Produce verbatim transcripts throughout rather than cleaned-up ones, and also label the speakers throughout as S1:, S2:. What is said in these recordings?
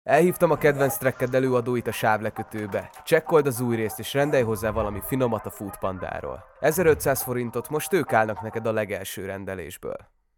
S1: Elhívtam a kedvenc tracked előadóit a sávlekötőbe. Csekkold az új részt és rendelj hozzá valami finomat a Foodpandáról. ezerötszáz forintot most ők állnak neked a legelső rendelésből.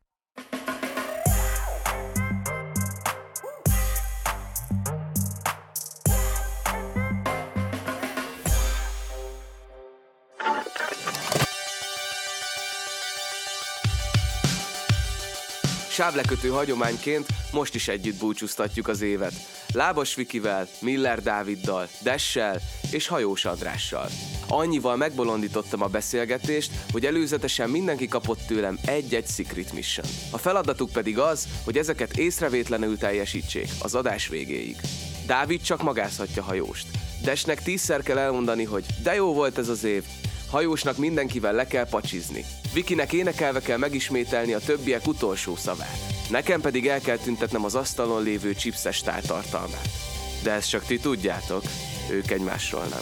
S1: Sávlekötő hagyományként most is együtt búcsúztatjuk az évet. Lábas Vikivel, Miller Dáviddal, Dessel és Hajós Andrással. Annyival megbolondítottam a beszélgetést, hogy előzetesen mindenki kapott tőlem egy-egy secret mission. A feladatuk pedig az, hogy ezeket észrevétlenül teljesítsék az adás végéig. Dávid csak magázhatja Hajóst. Dessnek tízszer kell elmondani, hogy de jó volt ez az év. Hajósnak mindenkivel le kell pacsizni. Vikinek énekelve kell megismételni a többiek utolsó szavát. Nekem pedig el kell tüntetnem az asztalon lévő chipses tál tartalmát. De ezt csak ti tudjátok, ők egymásról nem.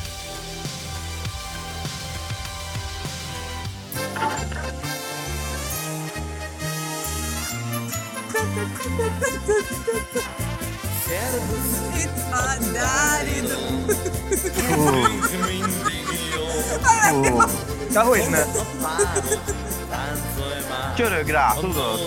S2: Szervusz, itt a Dávid!
S3: Dehogy ne! Csörög rá, tudod?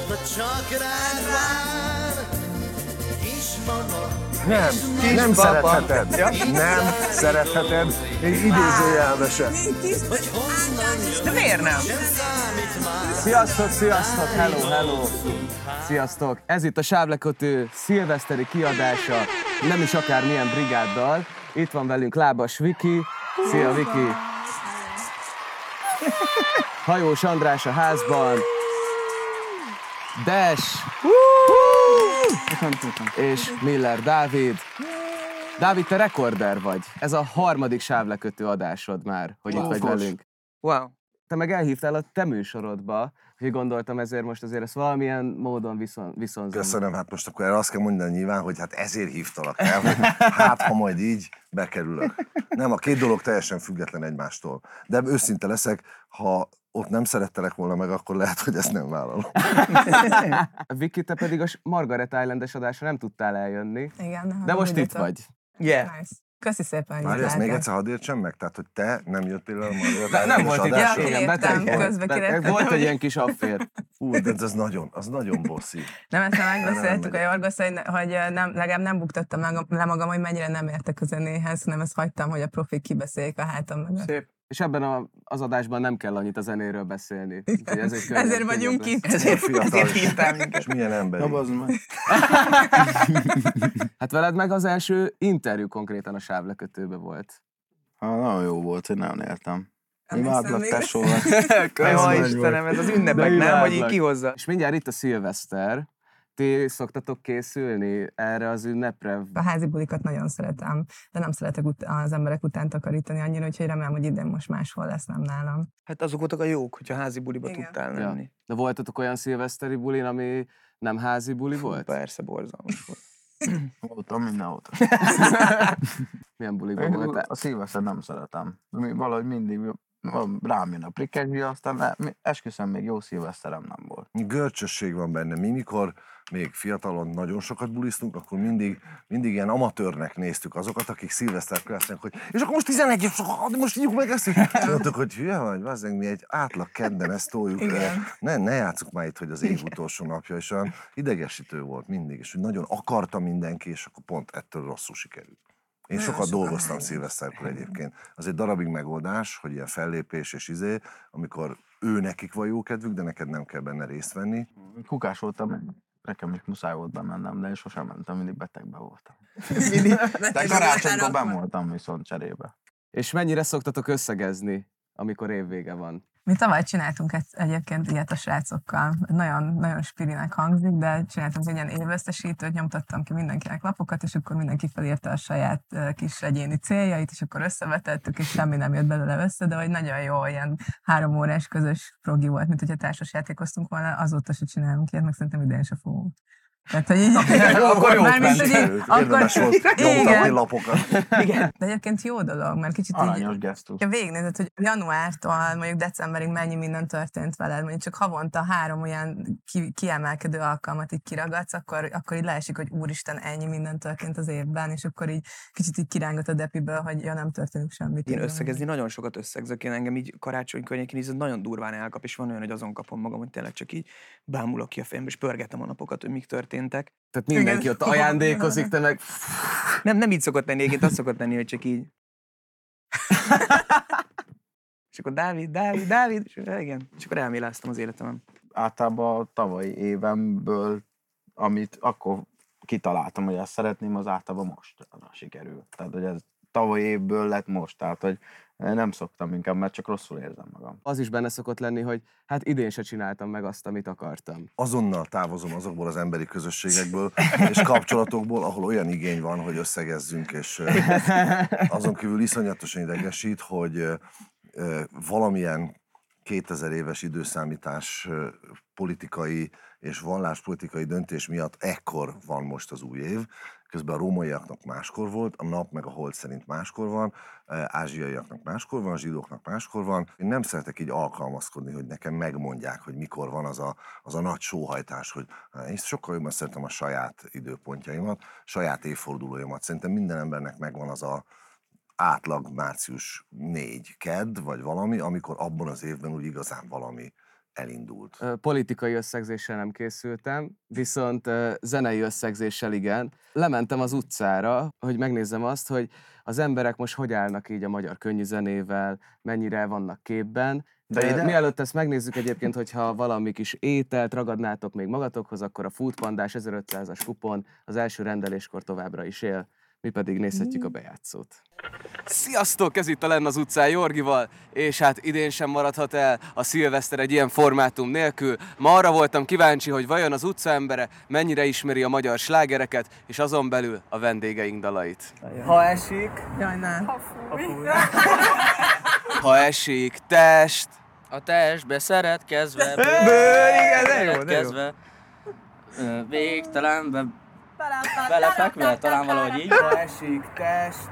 S4: Nem, nem szeretheted. Nem szeretheted. Egy idézőjelbe se.
S3: De miért nem?
S1: Sziasztok, sziasztok, hello, hello! Sziasztok! Ez itt a sávlekötő szilveszteri kiadása, nem is akármilyen brigáddal. Itt van velünk Lábas Viki. Szia, Viki! Hajós András a házban. Des! És Miller Dávid. Dávid, te rekorder vagy. Ez a harmadik sávlekötő adásod már, hogy itt vagy velünk.
S3: Wow.
S1: Te meg elhívtál a te műsorodba, hogy gondoltam ezért most azért ezt valamilyen módon viszon, viszonzom.
S4: Köszönöm, hát most akkor erre azt kell mondani nyilván, hogy hát ezért hívtalak el, hogy hát ha majd így bekerülök. Nem, a két dolog teljesen független egymástól. De őszinte leszek, ha ott nem szerettelek volna meg, akkor lehet, hogy ezt nem vállalom.
S1: Viki, te pedig a Margaret Island-es adásra nem tudtál eljönni.
S2: Igen.
S1: De most itt vagy.
S3: Yeah.
S2: Nice. Köszi szépen, hogy
S4: Már
S2: itt
S4: ezt még
S2: lehetek.
S4: egyszer hadd értsem meg? Tehát, hogy te nem jöttél el a Margaret
S1: De nem volt itt.
S4: adásra?
S2: Ja,
S1: Igen,
S2: kiléptem,
S1: beteg volt.
S2: közbe
S1: Beteg-
S2: kiléptem.
S1: Volt egy ilyen kis affér.
S4: Ú, de ez nagyon, az nagyon bosszí.
S2: Nem, ezt már
S4: Nem,
S2: megbeszéltük a
S4: nem,
S2: Jorgosz, hogy, hogy nem, legalább nem buktattam magam- le magam, hogy mennyire nem értek a zenéhez, hanem ezt hagytam, hogy a profik kibeszéljék a hátam mögött.
S3: Szép.
S1: És ebben a, az adásban nem kell annyit a zenéről beszélni. Úgyhogy ez egy könnyebb-
S2: Ezért vagyunk
S1: könnyebb
S2: itt.
S3: Ezért,
S4: Fiatal
S3: ezért
S4: is.
S3: hívtál minket.
S4: És milyen ember.
S3: Na, bazd meg.
S1: Hát veled meg az első interjú konkrétan a sávlekötőbe volt.
S5: Ha, nagyon jó volt, hogy nagyon éltem.
S2: Emlékszem
S5: Imádlak
S2: még.
S5: tesóval.
S3: Jó, Istenem, ez az ünnepek,
S1: De
S3: nem? Hogy így
S1: imádlak.
S3: kihozza.
S1: És mindjárt itt a szilveszter. Ti szoktatok készülni erre az ünnepre?
S2: A házi bulikat nagyon szeretem, de nem szeretek ut- az emberek után takarítani annyira, úgyhogy remélem, hogy idén most máshol lesz, nem nálam.
S3: Hát azok voltak a jók, hogyha házi buliba
S2: Igen.
S3: tudtál
S1: Ja.
S3: menni.
S1: De voltatok olyan szilveszteri bulin, ami nem házi buli volt?
S3: Persze, borzalmas volt.
S5: Voltam minden óta.
S1: Milyen buliban voltál?
S5: A szilveszter nem szeretem. Mi- Valahogy mindig rám jön a prikegyvi, aztán e- mi- esküszöm, még jó szilveszterem nem volt.
S4: Görcsösség van benne. Mi mikor még fiatalon nagyon sokat bulisztunk, akkor mindig, mindig ilyen amatőrnek néztük azokat, akik szilveszterkor azt mondják, hogy és akkor most tizenegy, és akkor most ígyjuk meg ezt. Mondtuk, hogy hülye vagy, bazzeg, mi egy átlag kedden ezt toljuk.
S2: Igen.
S4: Ne, ne játsszuk már itt, hogy az év utolsó napja, és olyan idegesítő volt mindig, és hogy nagyon akarta mindenki, és akkor pont ettől rosszul sikerült. Én
S2: Nagyon
S4: sokat
S2: sokan
S4: dolgoztam
S2: hánynak.
S4: szilveszterkor egyébként. Az egy darabig megoldás, hogy ilyen fellépés és izé, amikor ő nekik van jó kedvük, de neked nem kell benne részt venni.
S5: Kukás voltam, nekem is muszáj volt bemennem, de én sosem mentem, mindig betegben voltam.
S3: Mindig.
S5: De karácsonykor benn voltam viszont cserébe.
S1: És mennyire szoktatok összegezni, amikor évvége van?
S2: Mi tavaly csináltunk egy, egyébként ilyet a srácokkal. Nagyon, nagyon spirinek hangzik, de csináltunk egy ilyen évesztesítőt, nyomtattam ki mindenkinek lapokat, és akkor mindenki felírta a saját uh, kis egyéni céljait, és akkor összevetettük, és semmi nem jött belőle össze, de hogy nagyon jó, ilyen három órás közös progi volt, mint hogyha társas játékoztunk volna, azóta se csinálunk ilyet, meg szerintem idén se fogunk. Tehát, hogy így,
S3: Akkor jó
S2: mármint, hogy így, akkor,
S4: Érdemes volt nyomtatni
S2: igen,
S4: lapokat.
S2: igen, de egyébként jó dolog, mert kicsit
S5: Aranyos
S2: így,
S5: gesztus.
S2: ha végignézed, hogy januártól mondjuk decemberig mennyi minden történt veled, mondjuk csak havonta három olyan ki, kiemelkedő alkalmat így kiragadsz, akkor, akkor így leesik, hogy úristen, ennyi minden történt az évben, és akkor így kicsit így kirángat a depiből, hogy ja, nem történik semmit.
S3: Én összegezni nagyon sokat összegzök, én engem így karácsony környékén így nagyon durván elkap, és van olyan, hogy azon kapom magam, hogy tényleg csak így bámulok ki a fejembe, és pörgetem a napokat, hogy mik történtek.
S1: Tehát mindenki ott ajándékozik, te meg...
S3: Nem, nem így szokott lenni, egyébként azt szokott lenni, hogy csak így. És akkor Dávid, Dávid, Dávid, és igen, és akkor elméláztam az életemem.
S5: Általában a tavalyi évemből, amit akkor kitaláltam, hogy ezt szeretném, az általában most sikerül. Tehát, hogy ez tavalyi évből lett most, tehát, hogy nem szoktam inkább, mert csak rosszul érzem magam.
S1: Az is benne szokott lenni, hogy hát idén se csináltam meg azt, amit akartam.
S4: Azonnal távozom azokból az emberi közösségekből és kapcsolatokból, ahol olyan igény van, hogy összegezzünk, és azon kívül iszonyatosan idegesít, hogy valamilyen kétezer éves időszámítás politikai és valláspolitikai döntés miatt ekkor van most az új év. Közben a rómaiaknak máskor volt, a nap meg a hold szerint máskor van, ázsiaiaknak máskor van, a zsidóknak máskor van. Én nem szeretek így alkalmazkodni, hogy nekem megmondják, hogy mikor van az a, az a nagy sóhajtás, hogy én sokkal jobban szeretem a saját időpontjaimat, saját évfordulóimat. Szerintem minden embernek megvan az a átlag március négy kedd, vagy valami, amikor abban az évben úgy igazán valami elindult.
S1: Politikai összegzéssel nem készültem, viszont zenei összegzéssel igen. Lementem az utcára, hogy megnézzem azt, hogy az emberek most hogy állnak így a magyar könnyűzenével, mennyire vannak képben.
S5: De ide...
S1: Mielőtt ezt megnézzük egyébként, hogyha valami kis ételt ragadnátok még magatokhoz, akkor a Foodpandás ezerötszázas kupon az első rendeléskor továbbra is él. Mi pedig nézhetjük a bejátszót. Sziasztok! Ez itt a Lenn az utcán Jorgival, és hát idén sem maradhat el a szilveszter egy ilyen formátum nélkül. Ma arra voltam kíváncsi, hogy vajon az utcaembere mennyire ismeri a magyar slágereket, és azon belül a vendégeink dalait.
S3: Ha esik,
S2: Jaj, ne.
S3: ha fúj.
S1: Ha esik test,
S6: A testbe szeretkezve,
S3: Bő, igen, de jó, de jó.
S6: szeretkezve, ö, végtelenbe belefekve, talán valahogy így.
S3: Ha esik test.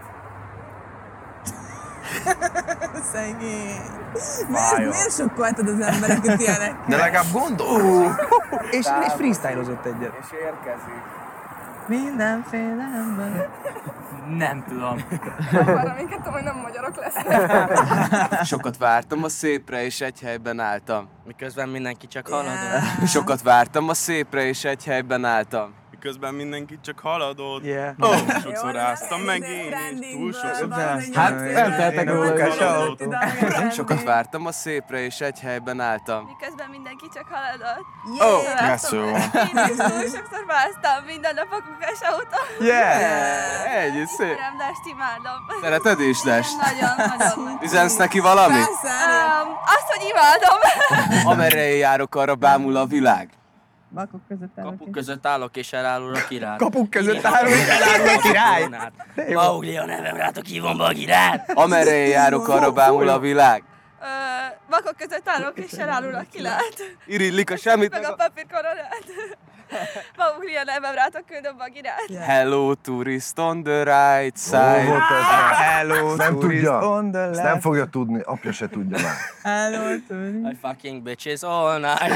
S2: Szegény. Miért, miért sokkoltad az embereket ilyenek?
S3: De legalább gondol. És, és freestylozott egyet.
S1: és érkezik.
S2: Mindenféle ember.
S6: Nem tudom.
S2: Arra minket tudom, hogy nem magyarok lesznek.
S1: Sokat vártam a szépre, és egy helyben álltam.
S6: Miközben mindenki csak haladott.
S2: Yeah.
S1: Sokat vártam a szépre, és egy helyben álltam.
S7: Miközben mindenki csak haladott.
S3: Yeah.
S7: Oh, sokszor áztam meg én is, túl sokszor.
S1: Hát elteltek
S3: Én a
S1: róla.
S3: kukás autó.
S1: Sokat vártam a szépre, és egy helyben álltam.
S8: Miközben mindenki csak haladott.
S1: Oh,
S5: ez jó.
S8: Én is túl sokszor vártam minden nap a kukás autó.
S3: Yeah.
S1: Ennyi szép.
S8: Nem, de ezt imádom.
S1: Szereted is, Dest?
S8: Nagyon, nagyon, nagyon.
S1: Üzensz neki valamit?
S8: Um, azt, hogy imádom.
S1: Amerre én járok, arra bámul a világ.
S2: Bakok között állok.
S6: Kapuk között állok és elárul a király.
S3: Kapuk között állok és elárul a király.
S6: Maugli a nevem, rátok hívom Bagirát.
S1: Amerre én járok, arra bámul a világ.
S8: Ö, Bakok között állok és elárul a kilát.
S1: Iridlik a semmit,
S8: Meg
S1: meg
S8: a
S1: a...
S8: papírkoronát. Maugli a nevem, rátok küldöm Bagirát.
S1: Hello, tourist on the right side.
S4: Ó,
S3: Hello,
S4: nem
S3: tourist
S4: tudja.
S3: on the
S4: Ezt
S3: left.
S4: nem fogja tudni, apja se tudja már.
S2: Hello, Tony.
S6: I fucking bitches all night.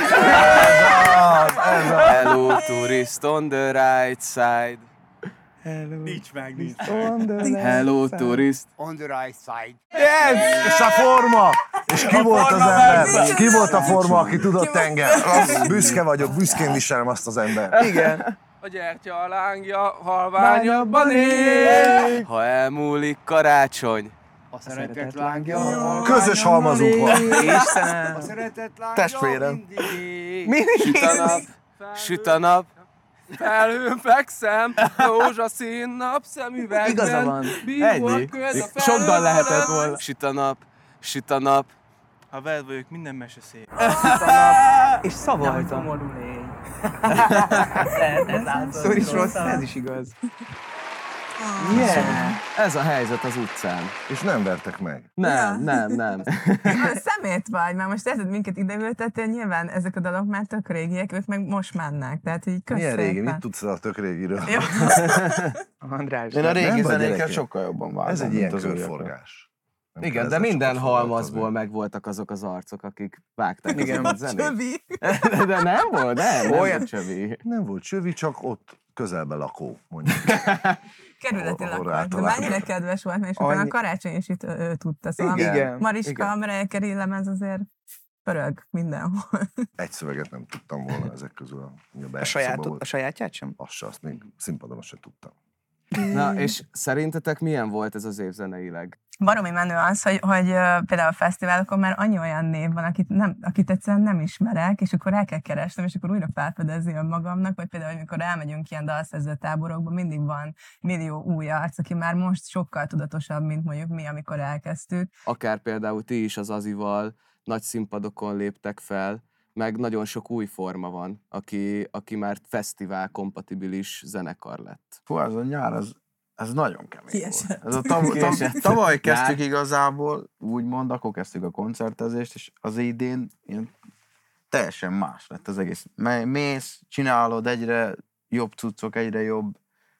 S1: Hello, tourist on the right side.
S7: Nincs meg, nincs.
S3: On the left.
S1: Hello, tourist.
S3: Yes!
S4: És a forma! És ki volt az ember? És ki volt a forma, aki tudott engem? Rossz, büszke vagyok, büszkén viselem azt az ember.
S3: Igen.
S1: A gyertya a lángja halványabban él. Ha elmúlik karácsony.
S3: A szeretet lángja.
S4: Közös halmazunk van.
S3: Istenem.
S4: Testvérem.
S1: Süt a nap, süt a nap. Felhőn fekszem, rózsaszín napszemüvegben.
S3: Igaza van.
S1: Ennyi.
S3: Sok dal lehetett volna.
S1: Süt a nap, süt a nap.
S7: Ha veled vagyok, minden mese szép.
S3: És szavaltam. Szomorú lény. Szor is rossz, ez is igaz. Yeah.
S1: Ez a helyzet az utcán.
S4: És nem vertek meg.
S1: Nem, nem, nem.
S2: A szemét vagy, mert most érted, minket ideültettél, nyilván ezek a dalok már tök régiek, ők meg most mennek, tehát így
S4: Milyen régi?
S2: szépen.
S4: Mit tudsz a tök régiről?
S2: Jó.
S3: András.
S5: Én a régi
S4: Nem vagy
S5: zenéket
S4: gyerekek.
S5: sokkal jobban vágom,
S4: Ez egy
S5: mint
S4: ilyen
S5: az újakat.
S4: körforgás. Nem
S1: Igen,
S4: kell
S1: de
S4: ezzel
S1: minden
S4: sokat foglalkozni.
S1: halmazból megvoltak azok az arcok, akik vágták
S3: Igen.
S1: azokat a zenét.
S2: Csövi.
S1: De, de nem volt, nem, nem
S3: Olyan-
S1: volt Csövi.
S4: Nem volt csövi, csak ott közelbe lakó, mondjuk.
S2: Kerületi
S4: Ahol- ahol
S2: lakott, de
S4: rátaláltak.
S2: mennyire kedves volt, mert és utána a
S3: Annyi-
S2: karácsony is itt ő, tudta, szóval
S3: Igen. Igen.
S2: Mariska, a Mariah Carey lemez azért pörög mindenhol.
S4: Egy szöveget nem tudtam volna ezek közül, ami a
S3: A,
S4: bejátszóban
S3: saját,
S4: volt.
S3: a sajátját sem?
S4: Azt se, azt még színpadon azt se tudtam.
S1: Na, és szerintetek milyen volt ez az év zeneileg?
S2: Baromi menő az, hogy, hogy ö, például a fesztiválokon már annyi olyan név van, akit, nem, akit egyszerűen nem ismerek, és akkor el kell keresnem, és akkor újra felfedezni önmagamnak, vagy például, amikor elmegyünk ilyen dalszerző táborokba, mindig van millió új arc, aki már most sokkal tudatosabb, mint mondjuk mi, amikor elkezdtük.
S1: Akár például ti is az Azival nagy színpadokon léptek fel, meg nagyon sok új forma van, aki, aki már fesztivál kompatibilis zenekar lett.
S5: Hú, ez a nyár, ez, ez nagyon kemény
S2: Kiesett.
S5: volt. Ez a tav- tav-
S1: Kiesett.
S5: tavaly kezdtük
S1: Nyár.
S5: igazából, úgymond, akkor kezdtük a koncertezést, és az idén ilyen teljesen más lett az egész. Me- Mész, csinálod, egyre jobb cuccok, egyre jobb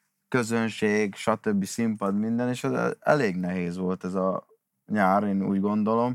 S5: közönség, stb. Színpad, minden, és ez elég nehéz volt ez a nyár, én úgy gondolom,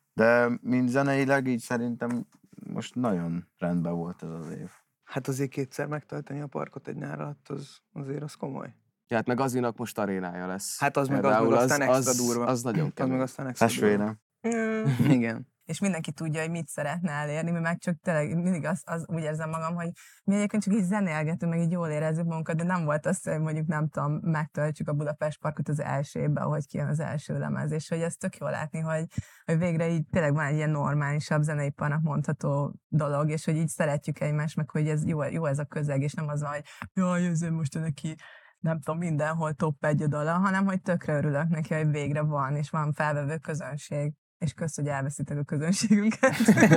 S5: de mint zeneileg így szerintem most nagyon rendben volt ez az év.
S3: Hát azért kétszer megtölteni a parkot egy nyár alatt, az, azért az komoly.
S1: Ja, hát meg Azinak most arénája lesz.
S3: Hát az meg, az
S1: Például
S3: meg aztán extra
S1: az,
S3: durva.
S1: Az nagyon
S3: Az meg
S1: kemény.
S3: aztán extra durva.
S5: Testvérem.
S3: Igen.
S2: És mindenki tudja, hogy mit szeretne elérni, mi meg csak tényleg mindig az, az úgy érzem magam, hogy mi egyébként csak így zenélgetünk, meg így jól érezzük magunkat, de nem volt az, hogy mondjuk nem tudom, megtöltjük a Budapest Parkot az első évben, ahogy kijön az első lemez, és hogy ez tök jó látni, hogy, hogy végre így tényleg van egy ilyen normálisabb zeneiparnak mondható dolog, és hogy így szeretjük egymást, meg hogy ez jó, jó ez a közeg, és nem az van, hogy jaj, ezért most neki nem tudom, mindenhol top egy a dala, hanem hogy tökre örülök neki, hogy végre van, és van felvevő közönség. És kösz, hogy elveszitek a közönségünket.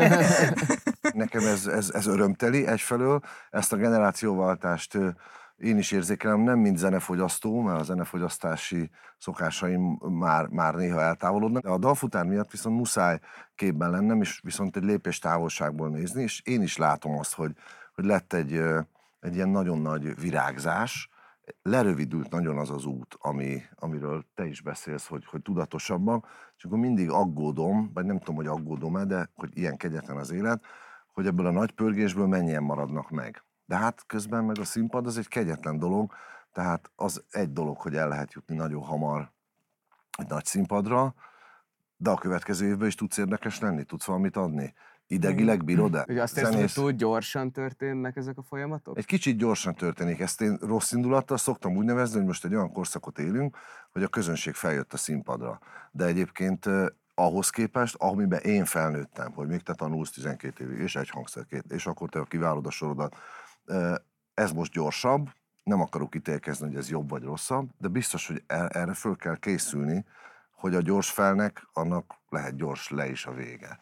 S4: Nekem ez, ez, ez örömteli egyfelől. Ezt a generációváltást ö, én is érzékelem, nem mint zenefogyasztó, mert a zenefogyasztási szokásaim már, már néha eltávolodnak. A dalfutár miatt viszont muszáj képben lennem, és viszont egy lépés távolságból nézni, és én is látom azt, hogy, hogy lett egy, ö, egy ilyen nagyon nagy virágzás, lerövidült nagyon az az út, ami, amiről te is beszélsz, hogy, hogy tudatosabban, és akkor mindig aggódom, vagy nem tudom, hogy aggódom-e, de hogy ilyen kegyetlen az élet, hogy ebből a nagy pörgésből mennyien maradnak meg. De hát közben meg a színpad az egy kegyetlen dolog, tehát az egy dolog, hogy el lehet jutni nagyon hamar egy nagy színpadra, de a következő évben is tudsz érdekes lenni, tudsz valamit adni. Idegileg bírod-e?
S1: Ugye azt érzem, hogy
S4: Zenész-
S1: túl gyorsan történnek ezek a folyamatok?
S4: Egy kicsit gyorsan történik. Ezt én rossz indulattal szoktam úgy nevezni, hogy most egy olyan korszakot élünk, hogy a közönség feljött a színpadra. De egyébként eh, ahhoz képest, amiben én felnőttem, hogy még te tanulsz tizenkét évig, és egy hangszerkét, és akkor te kiválod a sorodat, eh, ez most gyorsabb, nem akarok ítélkezni, hogy ez jobb vagy rosszabb, de biztos, hogy er- erre föl kell készülni, hogy a gyors felnek, annak lehet gyors le is a vége.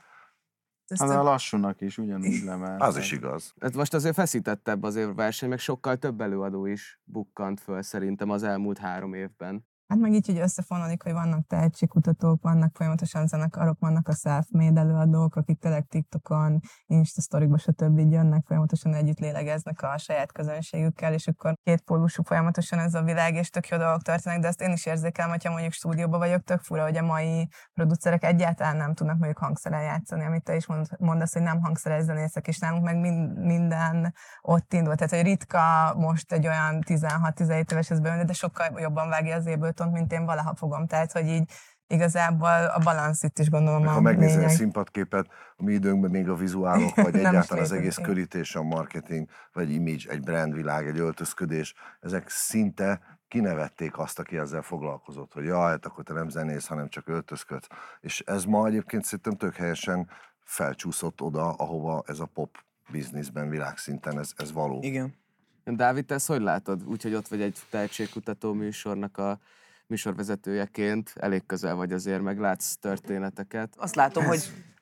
S2: Ezt
S5: Hát
S2: a-
S5: a lassúnak is ugyanúgy lemelt.
S4: Az is igaz.
S1: Hát most azért feszítettebb azért a verseny, meg sokkal több előadó is bukkant föl szerintem az elmúlt három évben.
S2: Hát meg így, hogy összefonolik, hogy vannak tehetségkutatók, vannak folyamatosan zenekarok, vannak a self-made előadók, akik tényleg TikTokon, Insta sztorikba, stb. Jönnek, folyamatosan együtt lélegeznek a saját közönségükkel, és akkor kétpólusú folyamatosan ez a világ, és tök jó dolgok történnek, de azt én is érzékelem, hogyha mondjuk stúdióban vagyok, tök fura, hogy a mai producerek egyáltalán nem tudnak mondjuk hangszeren játszani, amit te is mond, mondasz, hogy nem hangszeres zenészek, és nálunk meg mind, minden ott indult. Tehát, hogy ritka most egy olyan tizenhat-tizenhét éves ez beülni, de sokkal jobban vágja az Abletont, mint én valaha fogom. Tehát, hogy így igazából a balansz itt is gondolom
S4: Meg
S2: a
S4: ha megnézel a
S2: lényeg.
S4: színpadképet, a mi időnkben még a vizuálok, vagy
S2: Nem is
S4: egyáltalán az
S2: létezik.
S4: egész körítés, a marketing, vagy image, egy brandvilág, egy öltözködés, ezek szinte kinevették azt, aki ezzel foglalkozott, hogy jaj, hát akkor te nem zenész, hanem csak öltözködsz. És ez ma egyébként szerintem tök helyesen felcsúszott oda, ahova ez a pop bizniszben, világszinten ez, ez való.
S3: Igen.
S1: Dávid, te ezt hogy látod? Úgyhogy ott vagy egy tehetségkutató műsornak a műsorvezetőjeként, elég közel vagy azért, meg látsz történeteket.
S3: Azt látom, hogy,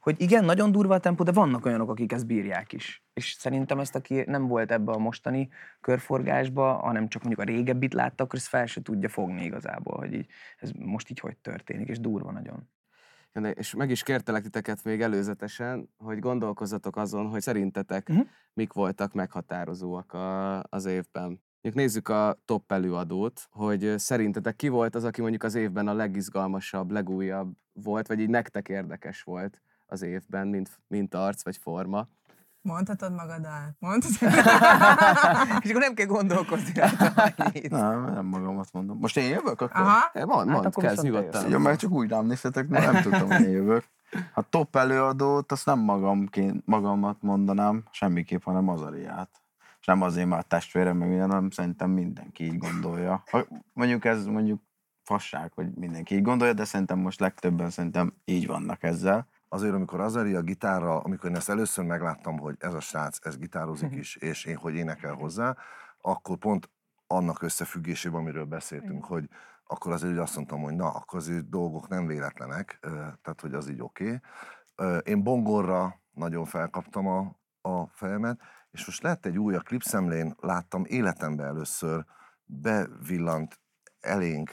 S3: hogy igen, nagyon durva a tempó, de vannak olyanok, akik ezt bírják is. És szerintem ezt, aki nem volt ebbe a mostani körforgásba, hanem csak mondjuk a régebbit látta, akkor ezt fel se tudja fogni igazából, hogy így, ez most így hogy történik, és durva nagyon.
S1: És meg is kértelek titeket még előzetesen, hogy gondolkozzatok azon, hogy szerintetek
S3: Uh-huh.
S1: mik voltak meghatározóak a, az évben. Mondjuk nézzük a top előadót, hogy szerintetek ki volt az, aki mondjuk az évben a legizgalmasabb, legújabb volt, vagy így nektek érdekes volt az évben, mint, mint arc vagy forma.
S2: Mondhatod magadat? Mondhatod?
S3: És akkor nem kell gondolkozni rá annyit.
S5: Nem, nem magamat mondom. Most én jövök akkor?
S2: Aha.
S1: Mondd, mondd,
S3: Hát akkor
S1: kezd
S3: viszont te
S1: nyugodtan.
S3: jössz.
S5: Ja, mert csak úgy rám néztetek, mert nem tudtam, hogy én jövök. A top előadót, azt nem magamként, magamat mondanám, semmiképp, hanem Azariát. És nem azért már testvérem, meg minden, hanem szerintem mindenki így gondolja. Ha, mondjuk ez mondjuk fasság, hogy mindenki így gondolja, de szerintem most legtöbben szerintem így vannak ezzel.
S4: Azért, amikor Azari a gitárra, amikor én ezt először megláttam, hogy ez a srác, ez gitározik is, és én, hogy énekel hozzá, akkor pont annak összefüggésében, amiről beszéltünk, hogy akkor azért úgy azt mondtam, hogy na, akkor az ő dolgok nem véletlenek, tehát hogy az így oké. Okay. Én bongorra nagyon felkaptam a, a fejemet, és most lett egy új, a klipszemlén láttam életemben először, bevillant elénk,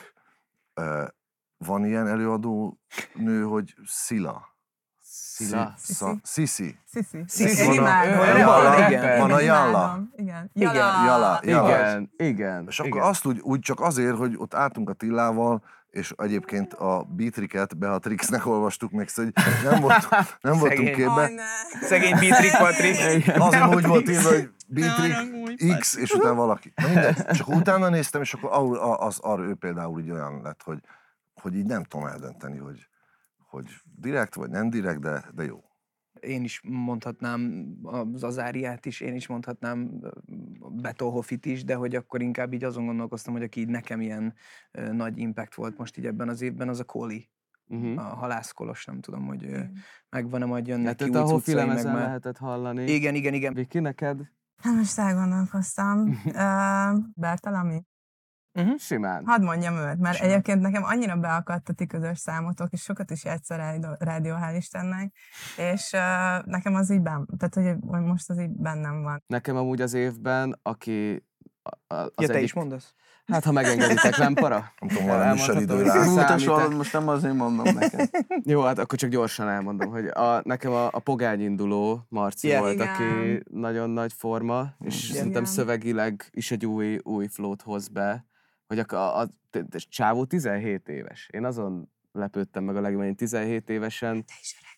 S4: van ilyen előadó nő, hogy Szila.
S1: Szila.
S4: Sziszi. Sziszi.
S2: Sziszi.
S3: Sziszi.
S2: Én
S4: Van a-
S2: imádom.
S3: Van a-
S4: Jalla.
S3: igen.
S4: Van a
S2: Én
S4: Jalla.
S2: imádom. Igen.
S3: Igen.
S2: Jalla.
S4: Jalla. Jalla.
S1: Igen, igen.
S4: És akkor
S1: igen.
S4: azt úgy, úgy csak azért, hogy ott álltunk a Tillával, és egyébként a Beatricket Beatrixnek olvastuk meg, szóval hogy nem, volt, nem voltunk
S3: Szegény.
S4: képbe.
S2: Aj, ne.
S3: Szegény Beatrix Patrik.
S4: Azért úgy volt írva, hogy Beatrix
S2: haragudj.
S4: X, és utána valaki. Na mindegy, csak utána néztem, és akkor ahol- az, arra ő például így olyan lett, hogy, hogy így nem tudom eldönteni, hogy, hogy direkt vagy nem direkt, de, de jó.
S3: Én is mondhatnám az Azáriát is, én is mondhatnám Beethovenit is, de hogy akkor inkább így azon gondolkoztam, hogy aki így nekem ilyen ö, nagy impact volt most így ebben az évben, az a Koli.
S1: Uh-huh.
S3: A halászkolos, nem tudom, hogy ö, megvan-e, majd jönnek
S1: Hát
S3: ki
S1: itt
S3: új
S1: a
S3: cuccai,
S1: Hofi
S3: meg
S1: lemezen
S3: már...
S1: lehetett hallani.
S3: Igen, igen, igen.
S1: Viki, neked?
S2: Hát most elgondolkoztam. Uh, Bertalami?
S3: Uh-huh.
S1: Simán.
S2: Hadd mondjam őt, mert
S3: Simán.
S2: egyébként nekem annyira beakadt a ti közös számotok, és sokat is játsz a rádió, rádió hál' Istennek, és uh, nekem az így benn, tehát hogy, hogy most az így bennem van.
S1: Nekem amúgy az évben, aki a- a- az
S3: Ja, te
S1: egyik...
S3: is mondasz?
S1: Hát, ha megengeditek, nem para?
S4: Nem tudom, valami műsoridő
S1: Elmondhatom,
S4: rá.
S1: hogy
S5: Utas
S1: számít-e?
S5: alatt most nem azért mondom neked.
S1: Jó, hát akkor csak gyorsan elmondom, hogy a, nekem a, a pogány induló Marci
S3: Yeah.
S1: volt,
S2: Igen.
S1: aki nagyon nagy forma, és
S3: Igen.
S1: szerintem
S2: Igen.
S1: szövegileg is egy új, új flót hoz be, hogy a, a, a, a csávó tizenhét éves. Én azon lepődtem meg a legjobban, én tizenhét évesen.
S2: Te is öreg.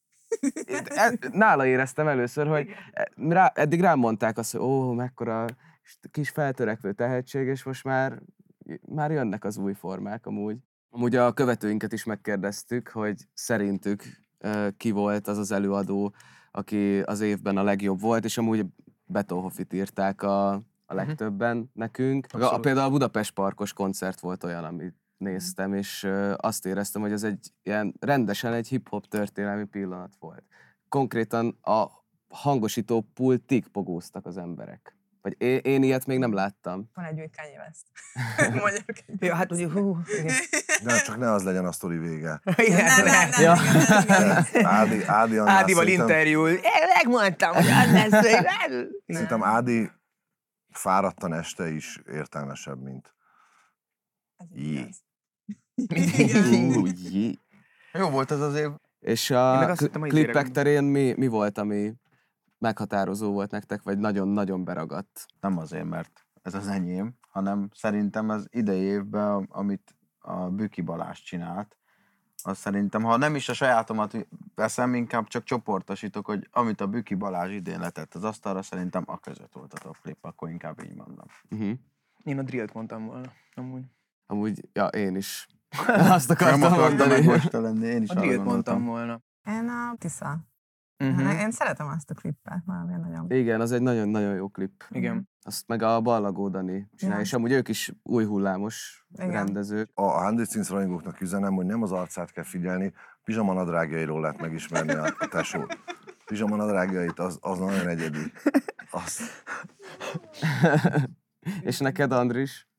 S1: E- Nála éreztem először, hogy rá, eddig rám mondták azt, hogy ó, mekkora kis feltörekvő tehetség, és most már, már jönnek az új formák amúgy. Amúgy a követőinket is megkérdeztük, hogy szerintük ö, ki volt az az előadó, aki az évben a legjobb volt, és amúgy Beethovenit írták a, a legtöbben nekünk. A,
S3: Abszolút.
S1: például a Budapest Parkos koncert volt olyan, amit néztem, és ö, azt éreztem, hogy ez egy ilyen rendesen egy hip-hop történelmi pillanat volt. Konkrétan a hangosító pultig pogóztak az emberek. Vagy én, én ilyet még nem láttam.
S2: Van egy új Kanye West. Magyar Kanye
S3: Ja, hát ugye, hú, igen.
S4: De csak ne az legyen a sztori vége.
S3: Igen,
S2: Nem, nem, nem,
S1: Ja.
S2: igen, igen, igen.
S4: Ádi, Ádi annál
S3: Ádival
S4: szerintem-
S3: interjúl. Én megmondtam, hogy az lesz, hogy...
S4: Szerintem Ádi fáradtan este is értelmesebb, mint
S2: Ez így
S4: Jé.
S2: igaz. Igen.
S1: Ú, jé.
S5: Jó volt ez az év.
S1: És
S3: Én
S1: a
S3: meg azt
S1: kli-
S3: hittem, hogy
S1: klippek
S3: tényleg-
S1: terén mi, mi volt, ami meghatározó volt nektek, vagy nagyon-nagyon beragadt?
S5: Nem azért, mert ez az enyém, hanem szerintem az idei évben, amit a Büki Balázs csinált, az szerintem, ha nem is a sajátomat veszem, inkább csak csoportosítok, hogy amit a Büki Balázs idén letett az asztalra, szerintem a között volt a top clip, akkor inkább így mondom.
S1: Uh-huh.
S3: Én a drillt mondtam volna, amúgy.
S1: Amúgy, ja, én is. Azt akartam
S5: Nem akartam
S1: mondani.
S5: megosta lenni, én is
S3: A
S5: arra
S3: drillt
S5: gondoltam.
S3: mondtam volna.
S2: Én a Tisza.
S3: Uh-huh.
S2: Én szeretem azt a klippet, valami nagyon.
S1: Igen, az egy nagyon-nagyon jó klip.
S3: Igen.
S1: Azt meg a Ballagó Dani csinálja,
S2: Ja.
S1: és amúgy ők is új hullámos
S2: Igen.
S1: rendezők.
S4: a Hundred Scenes rajongóknak üzenem, hogy nem az arcát kell figyelni, pizsamanadrágjairól lehet megismerni a, a tesó. Pizsamanadrágjait, az, az nagyon egyedi. Az,
S1: És neked, Andris?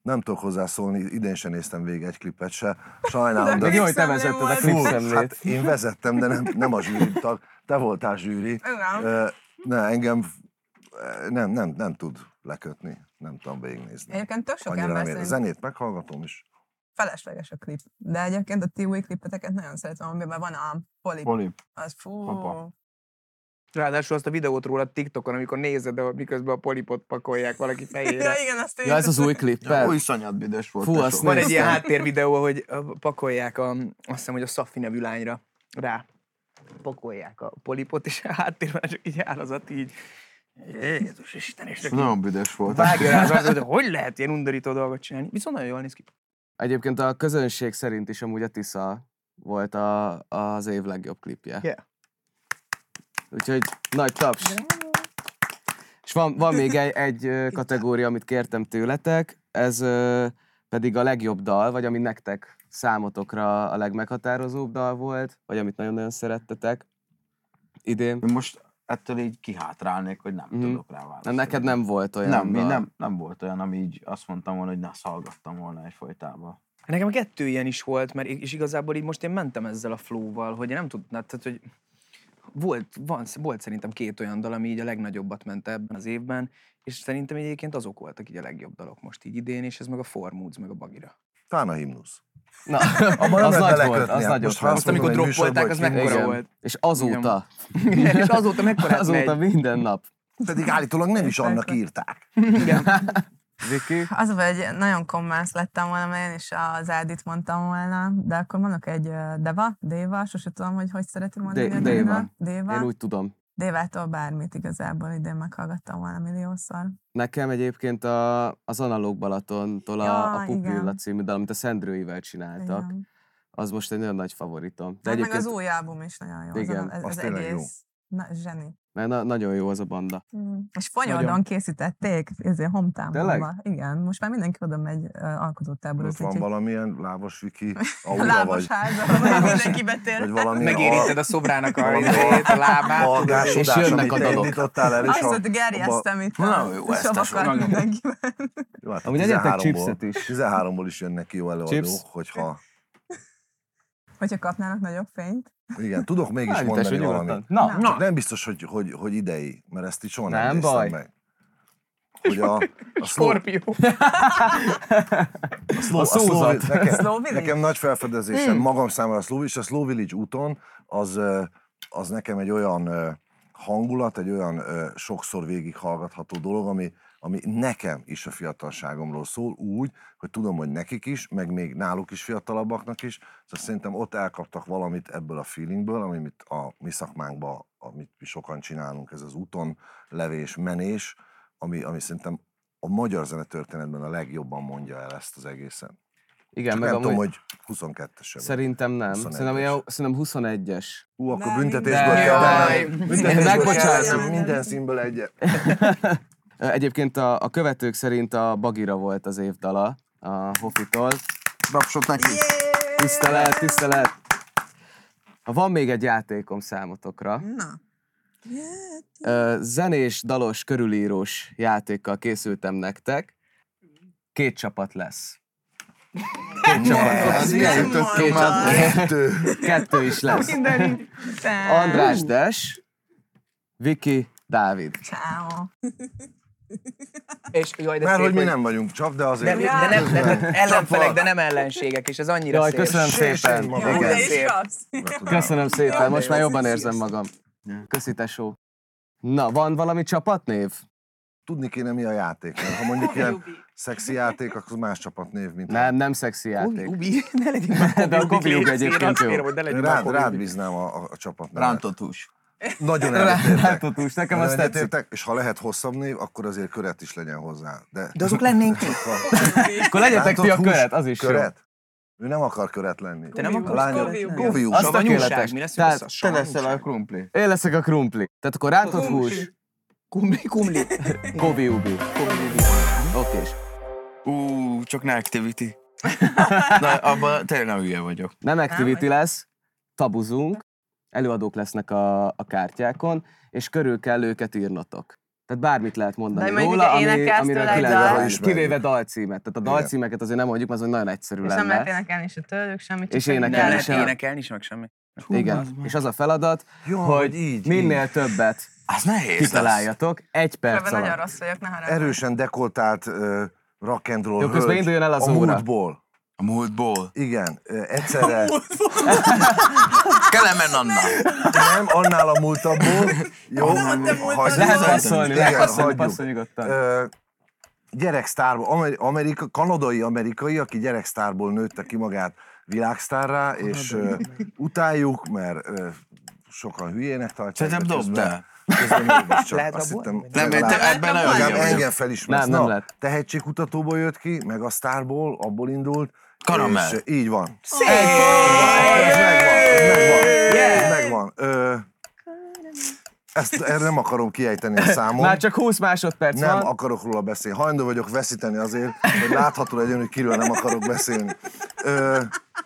S4: Nem tudok hozzászólni, idén sem néztem végig egy klipet se. Sajnálom,
S3: Meg jó, hogy te
S2: Klipszemlé
S3: vezetted a
S2: volt.
S4: Fú,
S3: klipszemlét.
S4: hát én vezettem, de nem, nem a zsűri tag. Te voltál zsűri.
S2: Igen.
S4: Ö, Ne, engem eh, nem, nem, nem tud lekötni. Nem tudom végignézni.
S2: Egyébként tök sok
S4: Annyira
S2: ember
S4: nem ér. A
S2: szerint
S4: zenét meghallgatom is.
S2: felesleges a klip. De egyébként a ti új klipeteket nagyon szeretem, amiben van a polip.
S5: Polip.
S2: Az fú.
S5: Papa.
S3: Ráadásul azt a videót róla TikTokon, amikor nézed, de miközben a polipot pakolják valaki fejére.
S2: Ja, igen, azt
S1: Ja, ez az új klippel?
S5: Új iszonyat büdös volt.
S1: Fú,
S5: tesó.
S1: azt
S3: Van egy
S1: néztem.
S3: ilyen háttérvideó, hogy ö, pakolják a, azt hiszem, hogy a Szafi nevű lányra rá. Pakolják a polipot, és a háttérben csak így áll az Ati így. Jézus Isten, és csak így
S5: Nagyon büdös volt.
S3: vágja rá az arcot, hogy hogy lehet ilyen undorító dolgot csinálni. Viszont nagyon jól néz ki.
S1: Egyébként a közönség szerint is amúgy a Tisza volt a, az év legjobb klipje.
S3: Yeah.
S1: Úgyhogy nagy taps. És van, van még egy, egy ö, kategória, amit kértem tőletek, ez ö, pedig a legjobb dal, vagy ami nektek számotokra a legmeghatározóbb dal volt, vagy amit nagyon-nagyon szerettetek idén.
S5: Én most ettől így kihátrálnék, hogy nem
S1: Mhm.
S5: tudok rá válaszolni.
S1: Neked nem volt olyan
S5: Nem,
S1: dal.
S5: nem, nem volt olyan, ami így azt mondtam volna, hogy ne hallgattam volna egyfolytában.
S3: Nekem kettő ilyen is volt, mert és igazából így most én mentem ezzel a flow-val, hogy én nem tudtam, tehát hogy volt, van, volt szerintem két olyan dal, ami így a legnagyobbat ment ebben az évben, és szerintem egyébként azok voltak így a legjobb dalok most így idén, és ez meg a Four Moods, meg a Bagira.
S4: Talán a himnusz.
S1: Na,
S4: Abban
S1: az
S4: nem lehet
S1: nagy volt,
S4: belekötni.
S1: az
S4: Hát
S1: nagyot
S4: most, ha
S1: volt.
S4: azt
S3: Most, amikor
S4: mondom, egy
S3: droppolták, az
S4: műsorban, hogy
S3: mekkora
S1: Igen.
S3: volt.
S1: És azóta,
S3: és azóta mekkorát
S1: azóta
S3: megy.
S1: minden nap.
S4: Pedig állítólag nem is annak írták.
S3: Igen.
S1: Viki?
S2: Az, hogy nagyon kommensz lettem volna, mert én is az Ádit mondtam volna, de akkor mondok egy ö, Deva, Déva, sose tudom, hogy hogy szereti mondani
S1: De-
S2: a
S1: Déva.
S2: Déva. Déva.
S1: Én úgy tudom.
S2: Dévától bármit igazából idén meghallgattam volna milliószor.
S1: Nekem egyébként a, az Analóg Balatontól a,
S2: Ja,
S1: a Pupilla
S2: igen.
S1: című dal, amit a Szendrőivel csináltak.
S2: Igen.
S1: Az most egy nagyon nagy favoritom. De
S2: Hát meg
S1: egyébként,
S2: az új album is nagyon jó.
S1: Igen,
S2: az, az,
S4: az
S2: az
S4: tényleg jó.
S2: egész. Na, zseni.
S1: mert na, nagyon jó az a banda.
S2: Mm. És Fonyodon
S3: Nagyon.
S2: készítették, ezért hometownban.
S1: Tényleg?
S2: Igen, most már mindenki oda megy uh,
S4: Ott
S2: alkotótáborozni.
S4: van
S2: úgyhogy
S4: valamilyen lábas viki,
S2: a
S4: aura,
S2: lábas
S4: vagy,
S2: háza, vagy mindenki
S4: vagy
S2: betér.
S4: valamilyen
S3: Megérinted a szobrának a,
S4: valami
S3: izét, a lábát.
S1: És
S4: algásodás,
S1: jönnek
S4: amit
S1: a
S4: te
S1: dalok.
S4: indítottál el, és
S2: Azt
S4: a,
S2: mondta, gerjesztem itt
S5: Na, jó,
S2: a
S5: ezt a
S2: savakat
S5: sokat.
S2: mindenkiben.
S4: jó, hát a
S1: Amúgy egyetek
S4: tizenháromból
S1: chipset is.
S4: tizenháromból is jönnek ki jó előadók,
S1: Chips.
S4: hogyha...
S2: Hogyha kapnának nagyobb fényt.
S4: Igen, tudok mégis
S1: Állítás,
S4: mondani
S1: hogy
S4: valamit.
S1: nyugodtan. Na,
S2: Na.
S4: Csak nem biztos, hogy, hogy, hogy idei, mert ezt így soha nem,
S1: Nem
S4: néztem
S1: baj.
S4: meg. Hogy a, a, slow,
S3: Skorpió.
S4: a, slow,
S1: A
S4: a slow,
S1: szózat.
S4: nekem,
S2: Slow Village?
S4: nekem nagy felfedezésem
S2: Mm.
S4: magam számára a Slow Village, a Slow Village úton az, ö, az nekem egy olyan ö, hangulat, egy olyan ö, sokszor végighallgatható dolog, ami, ami nekem is a fiatalságomról szól, úgy, hogy tudom, hogy nekik is, meg még náluk is fiatalabbaknak is, szóval szerintem ott elkaptak valamit ebből a feelingből, amit a mi szakmánkban, amit mi sokan csinálunk, ez az úton levés, menés, ami, ami szerintem a magyar zenetörténetben a legjobban mondja el ezt az egészet.
S1: igen,
S4: Csak
S1: meg
S4: nem tudom,
S1: amúgy
S4: hogy huszonkettesebb.
S1: szerintem nem.
S4: huszonegyes.
S1: Szerintem, ilyen- szerintem huszonegyes.
S4: Hú, akkor
S2: Nem,
S4: büntetésből
S3: minden.
S4: kell
S3: Jaj.
S4: vennem. Büntetésből
S1: Megbocsátom.
S4: kell minden színből egyet.
S1: Egyébként a, a követők szerint a Bagira volt az év dala a Hofitól.
S5: Tapsot neki.
S1: Tisztelet, tisztelet! Ha van még egy játékom számotokra,
S2: Na.
S1: ö, zenés, dalos, körülírós játékkal készültem nektek. Két csapat lesz. Két csapat lesz.
S5: Az ilyen jutottunk
S1: Két
S5: már.
S1: csapat.
S4: Kettő.
S1: Kettő is lesz. András Des, Viki, Dávid.
S2: Ciao.
S3: És jaj, de
S4: Mert
S3: szép,
S4: hogy mi nem vagyunk csap, de
S3: De,
S4: azért...
S3: de, nem, de, de ellenfelek, de nem ellenségek, és ez annyira
S1: Jaj,
S3: szép.
S1: köszönöm szépen.
S4: Sejtsd magad.
S2: Jó,
S3: Igen,
S2: de is
S3: szép.
S2: kapsz.
S1: Köszönöm szépen, most már jobban érzem magam. Köszi, tesó. Na, van valami csapatnév?
S4: Tudni kéne, mi a játék. Mert ha mondjuk ilyen szexi játék, akkor más csapatnév, mint...
S1: Nem, nem szexi
S3: Ubi,
S1: játék.
S3: ubi, ne legyünk már
S1: De a
S3: Kobi
S1: Kobi
S3: Ubik,
S1: egyébként
S3: én azt
S1: jó.
S3: kérem, hogy ne legyünk
S4: Rád,
S3: már Kobi
S4: rád
S3: Ubik.
S4: bíznám a, a, a csapatnevet.
S5: Rántott hús.
S4: Nagyon egyetértek.
S1: Rántott nekem azt
S4: Nagyon
S1: tetszik.
S4: egyetértek, és ha lehet hosszabb név, akkor azért köret is legyen hozzá. De,
S3: De azok lennénk mi?
S1: Akkor legyetek ti a
S4: Rántott hús,
S1: köret, az is jó.
S4: köret? Ő nem akar köret lenni.
S3: Te nem
S4: A
S3: akarsz
S4: lányok-
S3: követ lenni?
S4: Govius.
S1: Azt
S3: Savanyúság,
S1: tökéletes.
S3: mi lesz
S1: Tehát
S3: össze?
S5: Te leszel
S3: Savanyúság.
S5: a krumpli.
S1: Én leszek a krumpli. Tehát akkor rántott hús,
S3: Kumli, kumli.
S1: Kobi Ubi. Okés.
S5: Ú, csak ne activity. Na, abban tényleg nem hülye vagyok.
S1: Nem activity lesz, tabuzunk, előadók lesznek a, a kártyákon, és körül kell őket írnotok. Tehát bármit lehet mondani
S8: De mondjuk,
S1: róla,
S8: hogyha
S1: ami,
S8: énekelsz
S1: amire
S8: tőle
S1: ki
S8: egy
S1: lehet
S8: dalt.
S1: hallani.
S4: Ismerjük.
S1: Kivéve dalcímet. Tehát a
S4: Igen.
S1: dalcímeket azért nem mondjuk, mert az nagyon egyszerű
S8: És nem lehet
S1: lenne.
S8: énekelni se tőlük semmit.
S1: És
S8: csak egy
S1: énekelni
S3: Nem
S8: dalt.
S1: sem.
S3: lehet énekelni sem, meg semmi.
S1: Igen. És az a feladat,
S4: Jó,
S1: hogy
S4: így,
S1: minél
S4: így.
S1: többet
S5: Az nehéz.
S1: kitaláljatok egy perc
S8: Ebben nagyon
S1: alatt.
S8: rossz vagyok, ne haragudj.
S4: Erősen dekoltált uh, rock and roll
S1: Jó, közben
S4: hölgy
S1: induljon el az
S4: a
S1: óra.
S4: múltból.
S5: A múltból.
S4: Igen, ö, egyszerre
S5: Kelemen Anna.
S4: nem, annál a múltabból. Jó, hagyjuk.
S1: Lehet passzolni, lehet
S4: Igen,
S1: passzolni,
S4: hagyjuk.
S1: passzolni nyugodtan.
S4: Ö, gyereksztárból, Ameri- Amerika, kanadai amerikai, aki gyereksztárból nőtte ki magát világsztárrá, és ö, utáljuk, mert ö, sokan hülyének tartják.
S5: Szerintem
S4: de
S5: dobd
S4: közben-
S5: el.
S4: Közben mégiscsak
S3: Lehet
S4: azt
S3: abból?
S4: hittem,
S5: Nem,
S4: legalább-
S5: te ebben nagyon
S4: legalább
S5: jó vagyok.
S4: engem felismersz.
S1: Nem, nem
S4: Na,
S1: lehet.
S4: tehetségkutatóból jött ki, meg a sztárból, abból indult.
S5: Karamell.
S4: És így van. Szép! Ez megvan, ez megvan. Ez megvan. Ö, ezt, erre nem akarom kiejteni a számon.
S1: Már csak húsz másodperc
S4: Nem
S1: van.
S4: akarok róla beszélni. Hajlandó vagyok veszíteni azért, hogy látható legyen, hogy kiről nem akarok beszélni. Ö,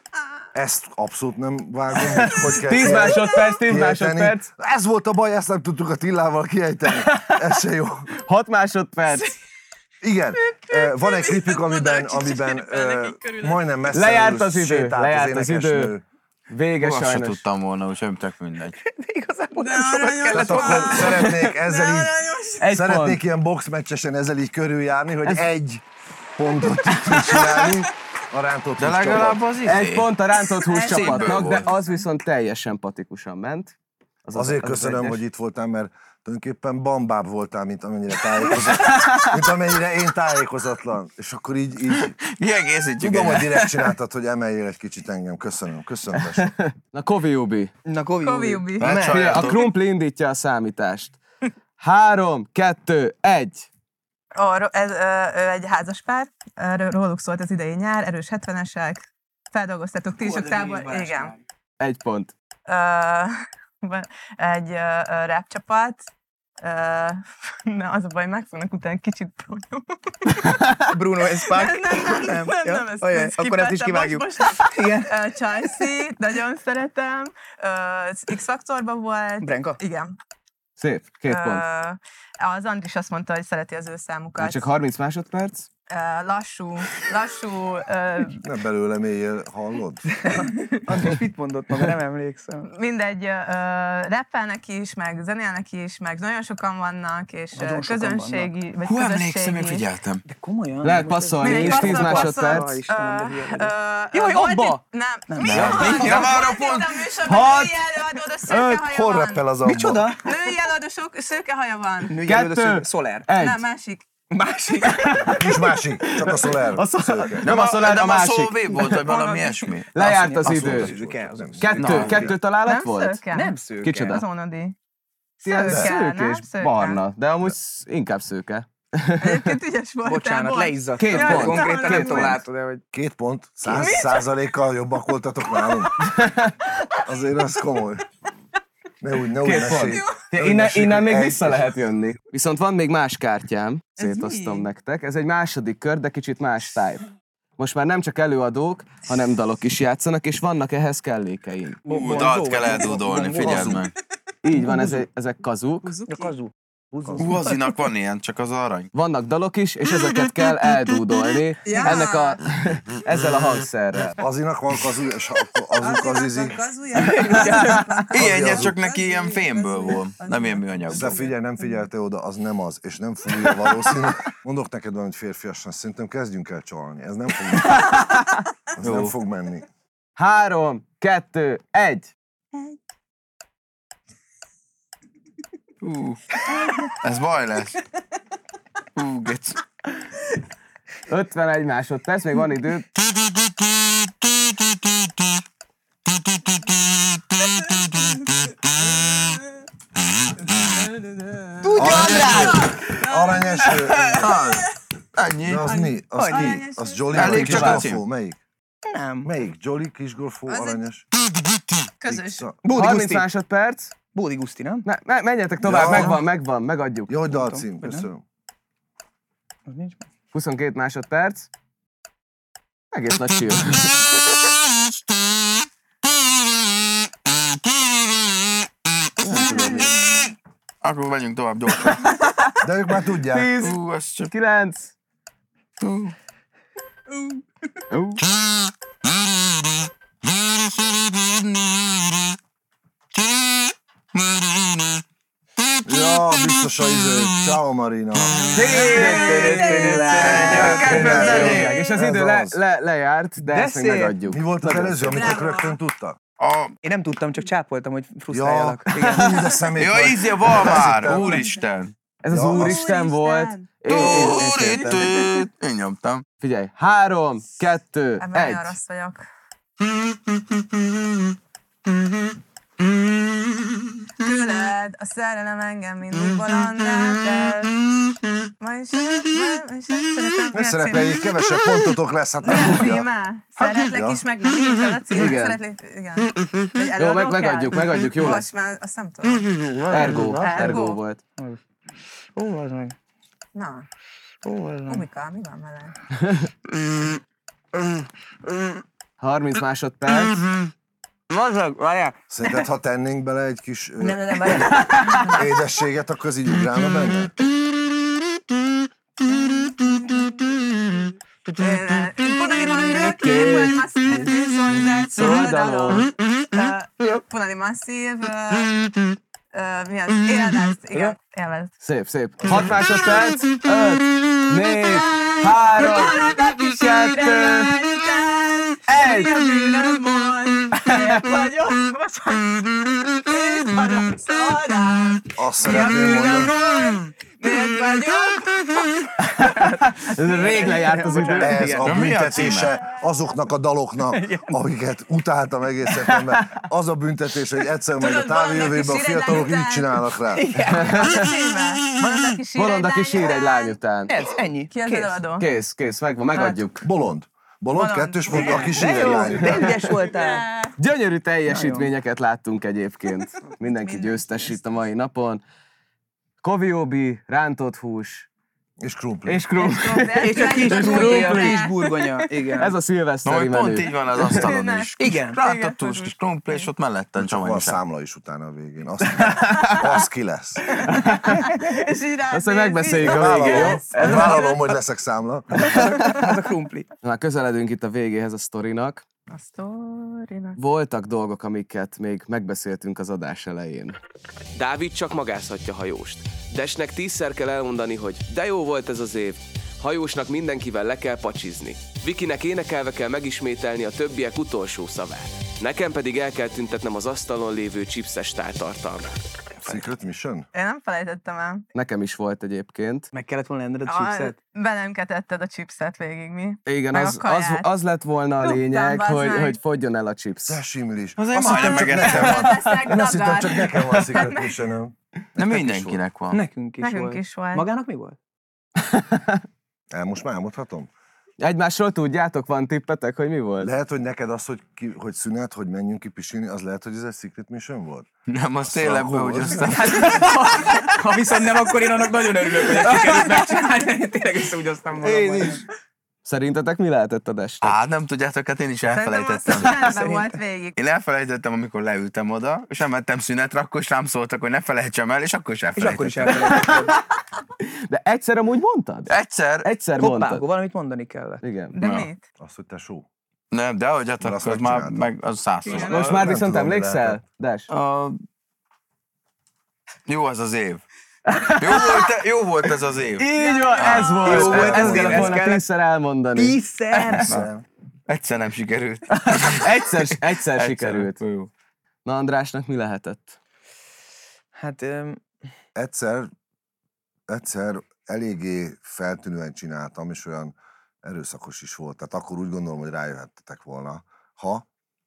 S4: ezt abszolút nem vágom, hogy hogy kell
S1: tíz
S4: kiej-
S1: másodperc, tíz
S4: kiejteni.
S1: másodperc.
S4: Ez volt a baj, ezt nem tudtuk a Tillával kiejteni. Ez se jó.
S1: hat másodperc.
S4: Igen, ö, van egy klipük, amiben, amiben ö, majdnem messze
S1: Lejárt az idő,
S4: sétált
S1: lejárt az idő.
S4: énekesnő.
S1: Vége
S5: Azt se
S1: sajnos.
S5: tudtam volna, úgyhogy tök mindegy.
S3: Igazából nem sokat kellett
S4: Tehát akkor szeretnék ezzel így,
S1: Egy
S4: szeretnék
S1: pont.
S4: ilyen boxmeccsesen ezzel így körüljárni, hogy
S1: Ez-
S4: egy pontot tudtunk csinálni a rántott
S5: De
S4: hús
S5: legalább
S4: csapat.
S5: az izé.
S1: Egy pont a rántott hús
S5: Szépből
S1: csapatnak, de
S5: volt.
S1: az viszont teljesen patikusan ment. Az az-
S4: Azért
S1: az az
S4: köszönöm,
S1: egyes.
S4: hogy itt voltál, mert tulajdonképpen bambább voltál, mint amennyire tájékozott, mint amennyire én tájékozatlan. És akkor így, így
S5: Kiegészítjük
S4: tudom, hogy
S5: el.
S4: direkt csináltad, hogy emeljél egy kicsit engem. Köszönöm, köszönöm. tesó.
S1: Na, Kovi Jubi.
S3: Na, Kovi
S8: Kovi
S3: Jubi.
S8: Jubi.
S5: Ne
S1: Figyelj, a
S5: csaljátok.
S1: krumpli indítja a számítást. Három, kettő, egy.
S8: Ó, ro- ez ö, ö, egy házaspár, Ö, róluk szólt az idei nyár, erős hetvenesek, feldolgoztatok ti is a tábor, igen.
S1: Egy pont.
S8: Ö, van egy ö, ö, rap csapat, Ö, na, az a baj, meg fognak utána kicsit Bruno.
S3: Bruno Espak.
S8: Nem, nem, nem, nem,
S3: Ja?
S8: nem, ezt,
S3: Ajaj,
S8: ezt
S3: akkor ezt is
S8: skippeltem,
S3: kivágjuk.
S8: most- most nem.
S3: Igen.
S8: Ö, Chelsea, nagyon szeretem. Ö, az X-faktorban volt.
S3: Brenka?
S8: Igen.
S1: Szép, két pont.
S8: Ö, az Andris azt mondta, hogy szereti az ő számukat.
S1: Csak harminc másodperc.
S8: Ö, lassú, lassú, ö,
S4: Nem belőlem éjjel, hallod?
S3: Andris mit mondott maga, nem emlékszem.
S8: mindegy, ö, rappelnek is, meg zenélnek is, meg nagyon sokan vannak, és ö,
S3: Nagyon sokan
S8: közönségi, vagy
S5: Hú,
S8: közösségi.
S5: emlékszem, én figyeltem.
S3: De komolyan?
S1: Lehet
S3: Most ez-
S1: passzolni,
S8: Mindegy,
S1: és tíz
S8: passzol,
S1: másodperc.
S3: passzol. Istenem, de hülye vagyok.
S8: Jaj,
S3: Jaj, abba?
S8: Nem, nem. Mi
S3: nem.
S8: van?
S5: Nem arra pont.
S1: Hat,
S8: Hat,
S4: Hol rappel az abba?
S3: Micsoda?
S8: Női előadó, sok, szőke haja van.
S3: Női
S1: Kettő.
S3: előadó sző- Soler.
S1: egy.
S8: Nem, másik.
S3: Másik.
S4: Nincs másik, csak a Soler.
S1: A szó-
S4: Szőke.
S1: nem a szolár, a
S5: nem a
S1: másik.
S5: szóvé volt, vagy valami ilyesmi.
S1: Lejárt az
S3: Azt
S1: idő.
S3: mondta, Szőke, az nem
S1: Kettő,
S3: Na,
S1: kettő találat
S8: Nem
S1: volt?
S8: szőke?
S3: Nem szőke.
S1: Kicsoda?
S8: Az Onodi.
S1: Ilyen
S8: Szőke,
S1: szőke
S8: nem?
S1: és
S8: Szőke.
S1: barna, de amúgy sz- inkább szőke.
S8: Egyébként ügyes voltál.
S3: Bocsánat,
S8: bocs.
S3: leizzadtam.
S1: Két
S3: Jaj,
S1: pont,
S3: Konkrétan
S8: két
S3: nem tudom,
S8: pont.
S3: látod de hogy...
S4: Két pont, száz százalékkal jobbak voltatok nálunk. Azért az komoly. Ne úgy, ne úgy
S1: Két
S4: mesélj.
S1: pont.
S4: Ne úgy
S1: Innen,
S4: mesélj,
S1: innen
S4: hogy
S1: még
S4: egy-
S1: vissza lehet jönni. Viszont van még más kártyám,
S8: Ez
S1: szétosztom
S8: mi?
S1: nektek. Ez egy második kör, de kicsit más type. Most már nem csak előadók, hanem dalok is játszanak, és vannak ehhez kellékeim.
S5: Ú, dalt kell eldúdolni, figyeld meg.
S1: Így van, ezek, ezek kazúk.
S3: A kazu.
S5: Ú, azinak van ilyen, csak az arany.
S1: Vannak dalok is, és ezeket kell eldúdolni
S8: Ja.
S1: ennek a, ezzel a hangszerrel.
S4: Azinak van kazúja, és akkor azuk azizik.
S5: Ilyen, csak neki ilyen fémből volt, nem ilyen
S4: De
S5: műanyagból.
S4: figyelj, nem figyelte oda, az nem az, és nem fújja valószínű. Mondok neked valamit férfiasan, szerintem kezdjünk el csalni. Ez nem fog menni. Ez nem fog menni.
S1: Három, kettő, egy.
S5: Hú, ez baj lesz. Hú, gec.
S1: ötvenegy másodperc, még van idő.
S4: Aranyeső.
S5: Ennyi.
S4: De az mi? Az ki?
S8: Aranyeső.
S4: Az Jolly
S5: Elég
S4: kis
S5: csak a
S4: golfó?
S5: cím.
S4: Melyik?
S3: Nem.
S4: Melyik? Jolly kisgolfó
S8: Az egy-
S4: aranyes?
S8: Közös.
S4: X-a.
S3: Bódi
S1: harminc
S3: Guszti.
S1: másodperc.
S3: Bódi Guszti, nem?
S1: Me- me- menjetek tovább,
S4: Ja.
S1: megvan, megvan, megadjuk.
S4: Jó, hogy
S3: tudom,
S4: dalcím,
S3: hogy nem.
S4: köszönöm.
S3: Az nincs.
S1: huszonkét másodperc. Egész nagy chill. Nem tudom, mi.
S5: Akkor menjünk tovább gyorsan.
S4: De ők már tudják.
S3: tíz,
S5: Ú, ez csak...
S3: kilenc,
S5: Ú.
S3: Ú.
S4: Ja, biztos a iző. Ciao Marina.
S3: És az
S4: Ez
S3: idő le,
S4: az.
S3: le, lejárt, de,
S5: De
S3: ezt még
S5: szép.
S3: megadjuk.
S4: Mi volt az előző, amit ők rögtön tudtak?
S5: A...
S3: Én nem tudtam, csak csápoltam, hogy
S4: Ja,
S3: frusztráljalak.
S4: hú, de szemét
S5: Ja,
S4: vagy.
S5: ízi a Valmár! Úristen!
S3: Ez az
S4: Ja,
S3: Úristen volt. Én, én, én, én,
S5: Úristen! Én nyomtam.
S3: Figyelj, három, kettő,
S8: Ebben
S3: egy.
S8: nagyon rossz vagyok. Tőled a szerelem engem mindig bolondá tesz. Ma is, ma is szeretem.
S4: Ne szerepeljék, kevesebb pontotok lesz, hát nem
S8: Mi a
S4: tudja.
S8: címe? Szeretlek
S4: Ja.
S8: is, meg nem így a cím.
S3: Igen.
S8: Szeretlek, igen. Vagy
S3: Jó,
S8: előadó
S3: meg,
S8: kell?
S3: megadjuk, megadjuk, jó lesz.
S8: Most már azt nem tudom.
S3: Ergo,
S8: Ergo.
S3: Ergo volt.
S5: Ó, az meg.
S8: Na,
S5: Ó, az meg.
S8: Umika, mi van vele?
S3: harminc másodperc.
S5: Mozog, várjál.
S4: Szerinted, ha tennénk bele egy kis ö,
S8: Nem, nem, nem, várj.
S4: édességet, akkor ez így ugrálna benne?
S8: Punani masszív, mi az? Élvezd, igen, élvezd.
S3: Szép, szép. hat másodperc. öt, négy, három, kettő, egy.
S4: Azt szeretném mondani.
S3: Ez rég lejárt az idő.
S4: Ez
S3: Igen.
S4: a
S5: Na, mi a
S4: büntetése azoknak a daloknak, amiket utáltam egész életemben. Az a büntetése, hogy egyszer majd a
S8: Tudod, vannak
S4: távirjövőben a
S8: is
S4: fiatalok
S8: íregyek
S4: így csinálnak rá.
S3: Bolond, aki sír egy lány után. Ez, ennyi.
S8: Ki az
S3: Kész.
S8: előadó?
S3: Kész, kész, megvan, megadjuk.
S4: Bolond. Bolond,
S8: Bolond.
S4: kettős pont, aki sír egy lány.
S3: De ügyes voltál. Gyönyörű teljesítményeket láttunk egyébként. Mindenki győztes itt a mai napon. Kovióbi, rántott hús
S4: És krumpli.
S3: és krumpli.
S8: És a kis
S3: krumpli.
S8: krumpli.
S3: Kis
S5: burgonya, igen.
S3: Ez a
S5: Na,
S3: szilveszteri
S5: hogy pont
S3: menü.
S5: így van az asztalon is.
S3: Igen.
S5: Rántott túls kis krumpli, és ott melletten
S4: Csak van
S5: csomagosság.
S4: számla is utána a végén. Azt, az ki lesz.
S8: És így rád
S3: Azt, hogy megbeszéljük a
S4: Vállalom,
S3: végén, jó?
S4: vállalom, hogy leszek számla.
S3: Ez a krumpli. Már közeledünk itt a végéhez a sztorinak.
S8: A sztorinak.
S3: Voltak dolgok, amiket még megbeszéltünk az adás elején.
S1: Dávid csak magázhatja hajóst. Desnek tízszer kell elmondani, hogy de jó volt ez az év. Hajósnak mindenkivel le kell pacsizni. Vikinek énekelve kell megismételni a többiek utolsó szavát. Nekem pedig el kell tüntetnem az asztalon lévő chipses táltartalmát.
S4: Secret Mission?
S8: Én nem felejtettem el.
S3: Nekem is volt egyébként.
S9: Meg kellett volna lenned a
S8: A,
S9: chipset?
S8: belem tetted a chipset végig, mi?
S3: Igen,
S8: Meg a
S3: az, az,
S8: kaját.
S3: az lett volna a
S8: Tudtam,
S3: lényeg,
S8: bazd
S3: hogy,
S8: meg.
S3: hogy fogjon el a chips.
S4: De simlis.
S5: Azért
S4: Azt
S5: majdnem
S4: hittem, csak
S5: megettem.
S4: nekem van.
S8: Leszek
S4: Én azt hittem,
S8: dagad.
S4: csak nekem van Secret Mission-öm.
S5: Nem mindenkinek van.
S9: Nekünk is
S8: Nekünk
S9: volt.
S8: is volt.
S9: Magának mi volt?
S4: El, most már elmondhatom?
S3: Egymásról tudjátok, van tippetek, hogy mi volt?
S4: Lehet, hogy neked az, hogy, ki, hogy szünet, hogy menjünk ki pisilni, az lehet, hogy ez egy Secret Mission volt?
S5: Nem, az tényleg be, hogy aztán...
S9: Ha viszont nem, akkor én annak nagyon örülök, hogy ezt sikerült megcsinálni. Én tényleg összeúgyoztam magam.
S3: Én is. Szerintetek mi lehetett a destek?
S5: Á, nem tudjátok, hát én is
S8: Szerintem
S5: elfelejtettem.
S8: az rendben volt végig.
S5: Én elfelejtettem, amikor leültem oda, és elmentem szünetre, akkor is rám szóltak, hogy ne felejtsem el, és akkor is
S9: És
S5: elfelejtettem.
S9: akkor is elfelejtettem.
S3: De egyszer amúgy mondtad?
S5: Egyszer,
S3: Egyszer
S9: Hoppá,
S3: mondtad.
S9: akkor valamit mondani kellett.
S3: Igen.
S8: De
S5: Na.
S8: mit?
S4: Azt, hogy te só.
S5: nem, de ahogy hát
S4: Mert azt
S5: akkor az már
S4: megcsináltam.
S5: meg az százszor.
S8: Igen.
S3: Most már
S4: Nem
S3: viszont
S4: tudom, mi
S3: emlékszel?
S4: lehetett.
S3: Des?
S5: A... Jó az az év. Jó volt, jó volt ez az év.
S3: Így van, ez volt.
S9: Jó volt,
S3: ez
S9: ez
S3: kellett
S9: ez
S3: volna
S9: kellett.
S3: tízszer elmondani.
S9: Tízszer!
S5: Na, egyszer nem sikerült.
S3: Egyszer, egyszer sikerült.
S5: Jó.
S3: Na Andrásnak mi lehetett?
S9: Hát öm,
S4: Egyszer, egyszer eléggé feltűnően csináltam, és olyan erőszakos is volt. Tehát akkor úgy gondolom, hogy rájöhettetek volna, ha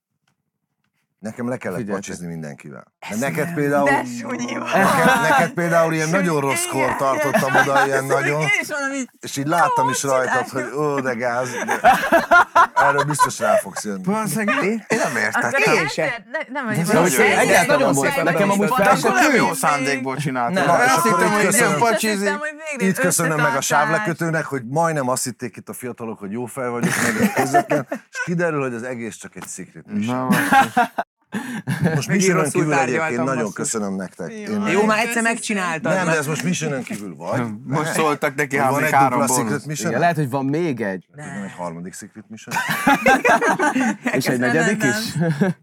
S4: nekem le kellett
S3: Figyeljetek.
S4: pacsizni mindenkivel. De neked például...
S8: De sunyi vagy.
S4: Neked, neked például ilyen nagyon rossz kor
S8: Igen.
S4: tartottam oda, ilyen nagyon...
S8: Én is mondom így.
S4: És így láttam is rajtad, hogy ó, de gáz. De erről biztos rá fogsz jönni.
S5: Valószínűleg én én nem
S8: Akkor
S5: értettem.
S9: Én sem.
S8: egyszer- ne- nem vagy
S5: De
S8: vagy.
S5: hogy
S8: Egyszer-
S3: egyáltalán
S8: nagyon
S3: volt.
S8: szépen
S3: Nekem amúgy
S8: volt.
S3: fel sem
S5: Akkor nem jó
S3: tűnt.
S5: szándékból csináltam.
S9: Nem.
S5: Na,
S4: És
S5: azt
S4: akkor
S5: hittem,
S4: így
S5: hogy
S4: köszönöm.
S5: ilyen
S8: Azt
S5: pacsizni.
S8: hittem, hogy végre
S4: Itt köszönöm meg a
S8: összetartás.
S4: sávlekötőnek, hogy majdnem azt hitték itt a fiatalok, hogy jó fej vagyok, meg egy közvetlen, és kiderül, hogy az egész csak egy secret mission.
S5: Na,
S4: Most
S3: Megint
S4: Missionen
S3: rosszul
S4: kívül egyébként
S3: tárgyaltam,
S4: nagyon
S3: basszus.
S4: köszönöm nektek. Én
S3: Jó, már egyszer megcsináltad.
S4: nem, de ez most Missionen kívül vagy.
S5: Most szóltak neki,
S4: Van
S5: hát még
S4: egy
S5: három
S4: dupla
S5: bónusz.
S4: Secret Mission?
S1: Igen, lehet, hogy van még egy.
S4: Van egy harmadik Secret Mission?
S1: És egy negyedik
S8: nem,
S1: is?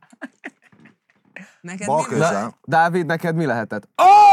S8: Neked
S4: Bal
S8: mi van?
S4: közel.
S1: Dávid, neked mi lehetett?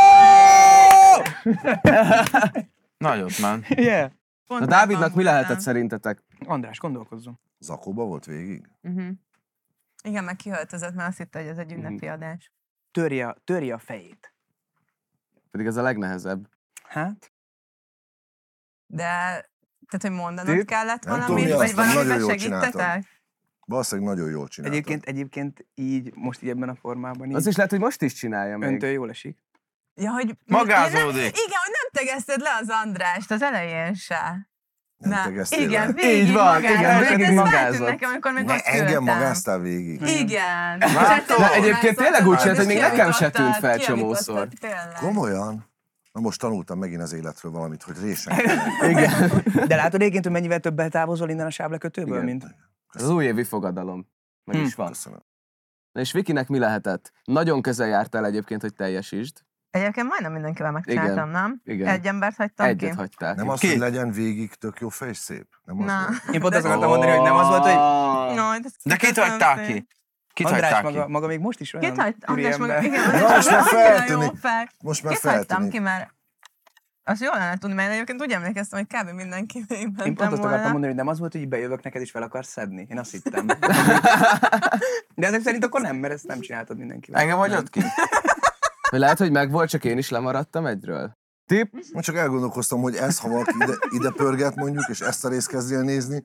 S5: Nagyot ment.
S3: Yeah.
S8: Pont
S1: Na Dávidnak mi
S8: abban
S1: lehetett
S8: voltam.
S1: szerintetek?
S3: András, gondolkozzon.
S4: Zakóba volt végig?
S8: Uh-huh. Igen, meg kihöltözött, mert azt hitte, hogy ez egy ünnepi adás.
S3: Törje, a- törje a fejét.
S1: Pedig ez a legnehezebb.
S3: Hát?
S8: De, tehát, hogy mondanod
S1: Tipp?
S8: kellett
S4: Nem tudom,
S8: valamit,
S4: mi
S8: vagy
S4: aztán nagyon
S8: valamiben
S4: jól csináltad.
S8: segítetek?
S4: Valószínűleg nagyon jól csináltad.
S3: Egyébként, egyébként így, most így ebben a formában így
S1: Az is lehet, hogy most is csinálja még.
S3: öntől jól esik.
S8: Ja, hogy...
S5: Magázódik.
S8: Ja, nem, igen, hogy nem tegezted le az Andrást az elején se.
S4: Nem
S8: Na,
S4: tegeztél
S8: igen,
S4: le.
S8: végig
S1: Így van,
S8: magázott.
S1: igen, végig
S8: Ez
S1: magázott.
S8: feltűnt nekem, amikor még
S4: Ne,
S8: azt
S4: engem
S8: küldtem.
S4: magáztál végig.
S8: Igen.
S1: De egyébként tényleg úgy csinált, hogy még nekem se tűnt fel
S8: Kijavítottad,
S1: csomószor.
S8: tényleg.
S4: Komolyan? Na most tanultam megint az életről valamit, hogy résen.
S1: Igen.
S3: De látod egyébként, hogy mennyivel többet távozol innen a sávlekötőből,
S1: Igen.
S3: mint...
S1: Ez az újévi fogadalom. Meg
S3: Hm.
S1: is van.
S4: Köszönöm.
S1: Na és Vikinek mi lehetett? Nagyon közel jártál egyébként, hogy teljesítsd.
S8: Egyébként majdnem mindenkivel megcsináltam, nem?
S1: Igen.
S8: Egy embert hagytam
S1: Egyet
S8: ki.
S1: hagytál.
S4: Nem az,
S5: Ki?
S4: hogy legyen végig tök jó fej, szép? Nem az
S8: Na.
S4: volt?
S3: Én pont azt
S8: De-
S3: akartam mondani, hogy nem az volt, hogy
S8: Jaj, de
S5: De kit
S8: köszönöm
S5: hagytál
S8: szépen.
S5: ki? Kit
S3: András
S5: hagytál
S3: maga,
S5: ki?
S3: maga még most is olyan
S8: Kit hagyt? András maga,
S3: úriember.
S8: igen,
S4: Na, most már
S8: annyira jó
S4: feltűnik.
S8: fej.
S4: Most már
S8: Kit hagytam
S4: feltűnik.
S8: ki, mert azt jól lenne tudni, mert egyébként úgy emlékeztem, hogy kb. Mindenki még
S3: Én
S8: mentem
S3: pont azt akartam
S8: volna.
S3: mondani, hogy nem az volt, hogy így bejövök neked és fel akarsz szedni. Én azt hittem. De ezek szerint akkor nem, mert ezt nem csináltad mindenkivel.
S5: Engem hagyott ki?
S1: Vagy lehet, hogy megvolt, csak én is lemaradtam egyről. Tipp?
S4: Most csak elgondolkoztam, hogy ez, ha valaki ide, ide pörget mondjuk, és ezt a részt kezdi el nézni,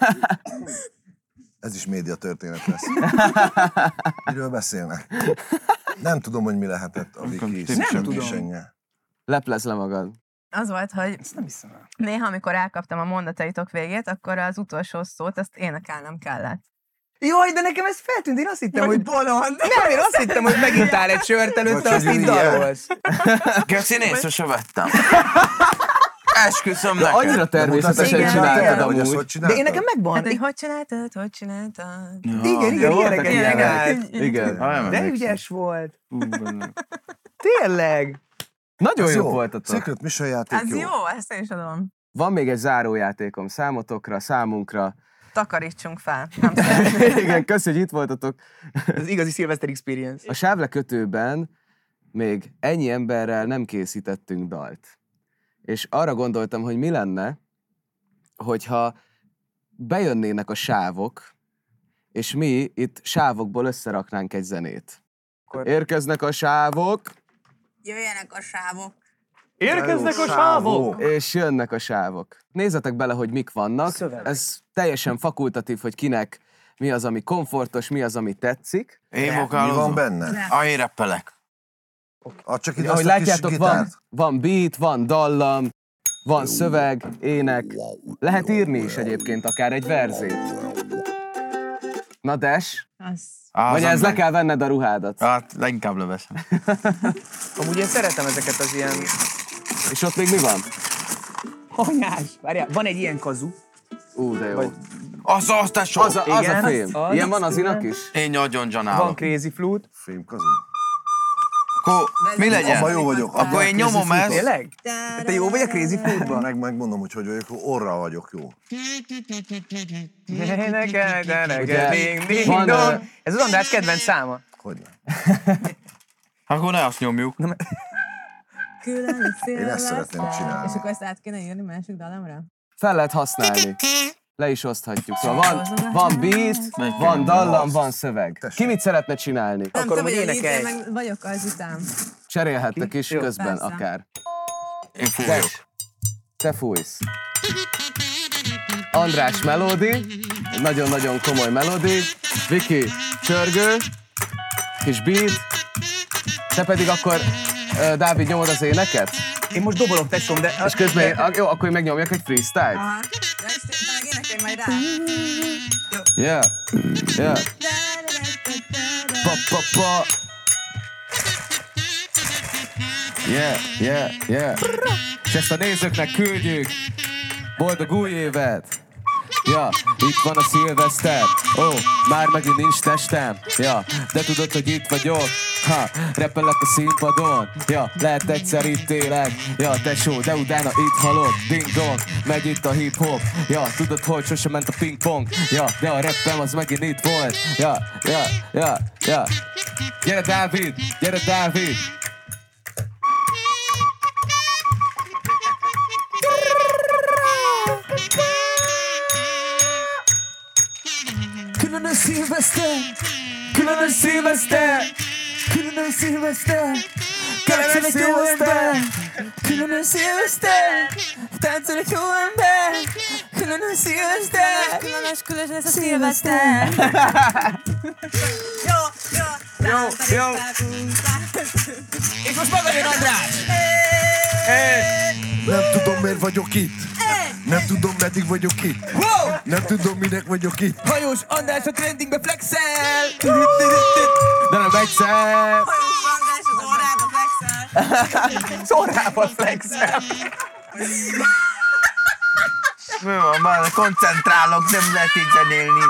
S4: ez is média történet lesz. Miről beszélnek? Nem tudom, hogy mi lehetett a Viki
S3: Nem tudom.
S4: Missionje.
S1: Leplez le magad.
S8: Az volt, hogy
S3: Ezt nem hiszem el.
S8: néha, amikor elkaptam a mondataitok végét, akkor az utolsó szót azt énekelnem kellett.
S3: Jaj, de nekem ez feltűnt, én azt hittem, hogy...
S8: bolond!
S3: Nem, én azt hittem, hogy megint áll egy sört előtte,
S4: Vagy
S3: azt
S4: hogy
S3: így
S4: ilyen.
S3: dalolsz.
S5: Geci, én észre se vettem. Esküszöm
S1: De
S5: neked.
S1: annyira természetesen
S8: Igen,
S1: csináltad
S8: igen.
S4: Hogy ezt
S1: amúgy.
S4: hogy
S3: De
S4: csináltad?
S3: én nekem megvan.
S8: Hát, hogy hogy csináltad, hogy csináltad?
S3: Igen, igen,
S1: voltak
S3: ilyeneket
S1: ilyenek.
S3: csinált.
S1: Igen.
S5: Ha, nem
S3: De
S5: emlékszem.
S3: ügyes volt.
S5: Ú, benne.
S3: Tényleg.
S1: Nagyon
S4: Ez
S1: jó
S4: jó.
S1: voltatok.
S4: Secret Mission játék
S8: Ez
S4: jó.
S8: jó, ezt én is adom.
S1: Van még egy zárójátékom számotokra, számunkra.
S8: Takarítsunk fel. Nem szeretném.
S1: Igen, köszi, hogy itt voltatok.
S3: Ez igazi Szilveszter experience.
S1: A sávlekötőben még ennyi emberrel nem készítettünk dalt. És arra gondoltam, hogy mi lenne, hogyha bejönnének a sávok, és mi itt sávokból összeraknánk egy zenét.
S3: Akkor-
S1: Érkeznek a sávok,
S8: Jöjjenek a sávok.
S3: Érkeznek
S4: a sávok!
S1: és jönnek a sávok. Nézzetek bele, hogy mik vannak.
S3: Szöveg.
S1: Ez teljesen fakultatív, hogy kinek mi az, ami komfortos, mi az, ami tetszik.
S5: Én
S4: Mi van
S5: vokálozom.
S4: benne?
S5: A éreppelek.
S4: Ad csak ide
S1: Ahogy
S4: azt a kis
S1: látjátok, van,
S4: gitárt.
S1: van beat, van dallam, van szöveg, ének. Lehet írni is egyébként akár egy verzét. Na Des,
S8: Az.
S5: Á,
S1: vagy
S5: az
S1: ez le
S5: meg.
S1: kell venned a ruhádat.
S5: Hát, leginkább leveszem.
S3: Amúgy én szeretem ezeket az ilyen...
S1: És ott még mi van?
S3: Hanyás! Várjál, van egy ilyen kazu.
S1: Ú, de jó.
S3: Vagy-
S5: Az az, tesó!
S1: Az a, az a
S3: Igen,
S1: fém.
S3: az-
S1: Ilyen van az inak is?
S5: Én nagyon
S3: Van
S5: gyanálok.
S3: Crazy Flute.
S4: Fémkazú.
S5: Akkor mi legyen?
S4: Abban jó vagyok.
S5: Akkor én nyomom ezt.
S3: Tényleg? Te jó vagy a Crazy Flute-ban?
S4: Meg, megmondom, hogy hogy vagyok, orral vagyok jó.
S1: Ugye,
S3: Ding, ding,
S1: van, ö,
S3: dong. Ez az András kedvenc száma.
S4: Hogyne.
S5: Akkor ne azt nyomjuk.
S4: Én ezt szeretném csinálni.
S8: És akkor ezt át kéne írni másik dalamra?
S1: Fel lehet használni. Le is oszthatjuk. Szóval van, van beat, van dallam, van szöveg. Ki mit szeretne csinálni?
S8: Nem,
S3: Akkor
S8: te
S3: hogy
S8: vagy a
S3: énekelj.
S8: líder, meg vagyok az után.
S1: Cserélhettek is
S3: Jó,
S1: közben
S8: persze.
S1: akár.
S5: Én fújok.
S1: Des, te fújsz. András melódi, nagyon-nagyon komoly melódi. Viki, csörgő, kis beat. Te pedig akkor, uh, Dávid, nyomod az éneket?
S3: Én most dobolok, tesóm, de...
S1: És közben, én, ah, jó, akkor én megnyomjak egy freestyle-t.
S8: Aha. De ezt te meg énekelj majd rá.
S1: Yeah, yeah. Pa, pa, pa. Yeah, yeah, yeah. És ezt a nézőknek küldjük. Boldog új évet! Ja, itt van a szilveszter. Ó, oh, már megint nincs testem. Ja, de tudod, hogy itt vagyok. Ha, repelek a színpadon. Ja, lehet egyszer itt élek. Ja, tesó, de utána itt halok. Ding dong, megy itt a hip-hop. Ja, tudod, hogy sosem ment a ping-pong. Ja, de a rappem az megint itt volt. Ja, ja, ja, ja. Gyere Dávid, gyere Dávid. Különös szilveszter, különös szilveszter, különös szilveszter, különös szilveszter, különös szilveszter, táncol egy jó ember, különös szilveszter, különös, különös a szilveszter.
S8: Jó, jó,
S3: Jó, jó. És most maga jön András!
S4: Nem tudom, miért vagyok itt. Nem tudom, meddig vagyok itt.
S3: Wow!
S4: Nem tudom, minek vagyok itt.
S3: Hajós András a trendingbe flexel!
S1: De nem egyszer.
S8: hajós András az orrába flexel.
S3: Szórába flexel!
S5: Mi van, már koncentrálok, nem lehet így zenélni.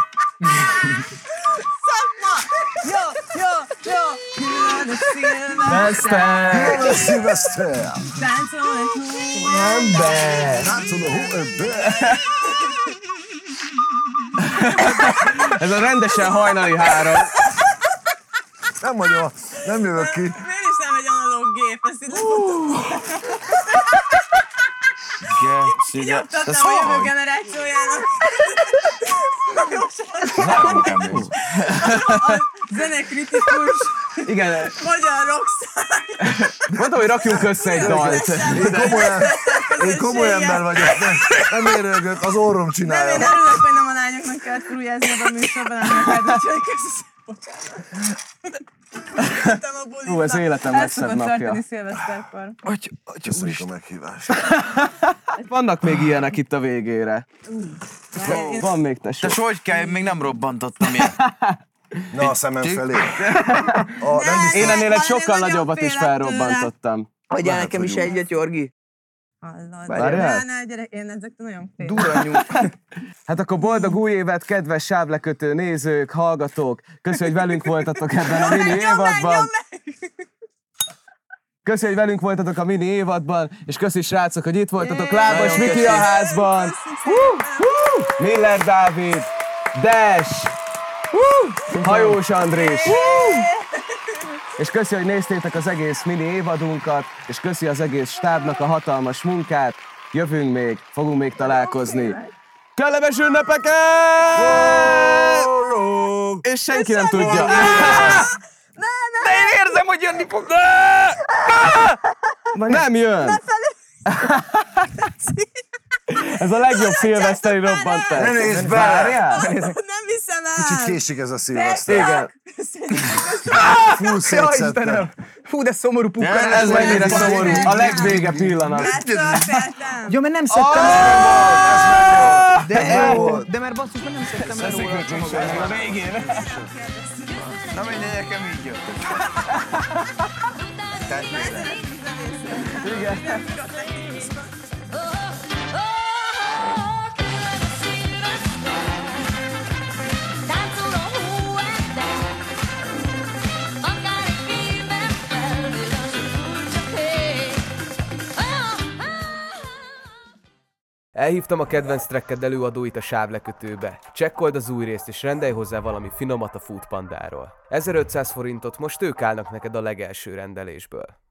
S8: Szakma! Jó, jó, jó! Különös szilveszter,
S4: Különös szilveszter.
S8: táncol egy jó
S4: Ember. Látszol a hóember.
S1: Ez a rendesen hajnali három.
S4: Nem vagyok, nem jövök ki.
S8: Miért is nem egy analóg gép? Ezt így nyomtattam a jövő generációjának. A zenekritikus
S1: Igen,
S8: magyar rockstar.
S1: mondtam, hogy rakjunk össze egy dalt.
S4: Én komolyan, én komoly ember vagyok. Nem, nem érőgök, az orrom
S8: Nem,
S4: csinálja.
S8: én örülök, hogy nem a lányoknak kellett furuljázni a műsorban, hanem neked, úgyhogy köszönöm.
S1: Hú, ez életem legszebb napja.
S8: tartani szilveszterkor.
S4: Köszönjük a meghívást.
S1: Vannak még ilyenek itt a végére. Van még tesó.
S5: Te hogy kell, még nem robbantottam ilyen.
S4: Na, a szemem felé. A, nem biztos,
S1: Én ennél egy
S8: Van,
S1: sokkal
S8: én
S1: nagyobbat is
S8: nagyon félek
S1: felrobbantottam.
S3: Adjál
S4: Lehet,
S3: nekem
S4: hogy
S3: is
S4: jó.
S3: egyet, Jorgi.
S8: Hallod.
S1: Várjál?
S8: Ne, ne, gyerek, én ezektől nagyon félek.
S3: Duranyú.
S1: Hát akkor boldog új évet, kedves sávlekötő nézők, hallgatók! Köszönjük, hogy velünk voltatok ebben a mini évadban. Köszönjük, hogy velünk voltatok a mini évadban, és köszi srácok, hogy itt voltatok. Lábas
S3: Nagyon
S1: Viki a
S3: köszi.
S1: házban, Miller Dávid, Dash, Hajós Andrés. És köszi, hogy néztétek az egész mini évadunkat, és köszi az egész stábnak a hatalmas munkát. Jövünk még, fogunk még találkozni. Kellemes ünnepeket! És senki nem tudja.
S3: De én érzem, hogy jönni fog.
S1: Nem jön! Ez a legjobb szilveszteri robbantás.
S4: Ne nézd be!
S1: Várjál?
S8: Nem hiszem el!
S4: Kicsit késik ez a szilveszter.
S1: Igen.
S4: Fú,
S3: Ja,
S4: szétszedtem.
S3: Istenem. Fú, de szomorú pukkan.
S1: Ez mennyire szomorú. A legvége pillanat.
S8: Láttól féltem.
S3: Ja, mert nem szedtem le róla. De, de mert basszus, mert nem szedtem le róla a csomagot. A végén.
S5: Na mindegy, nekem így jött.
S1: Elhívtam a kedvenc tracked előadóit a sávlekötőbe. Csekkold az új részt és rendelj hozzá valami finomat a Foodpandáról. ezerötszáz forintot most ők állnak neked a legelső rendelésből.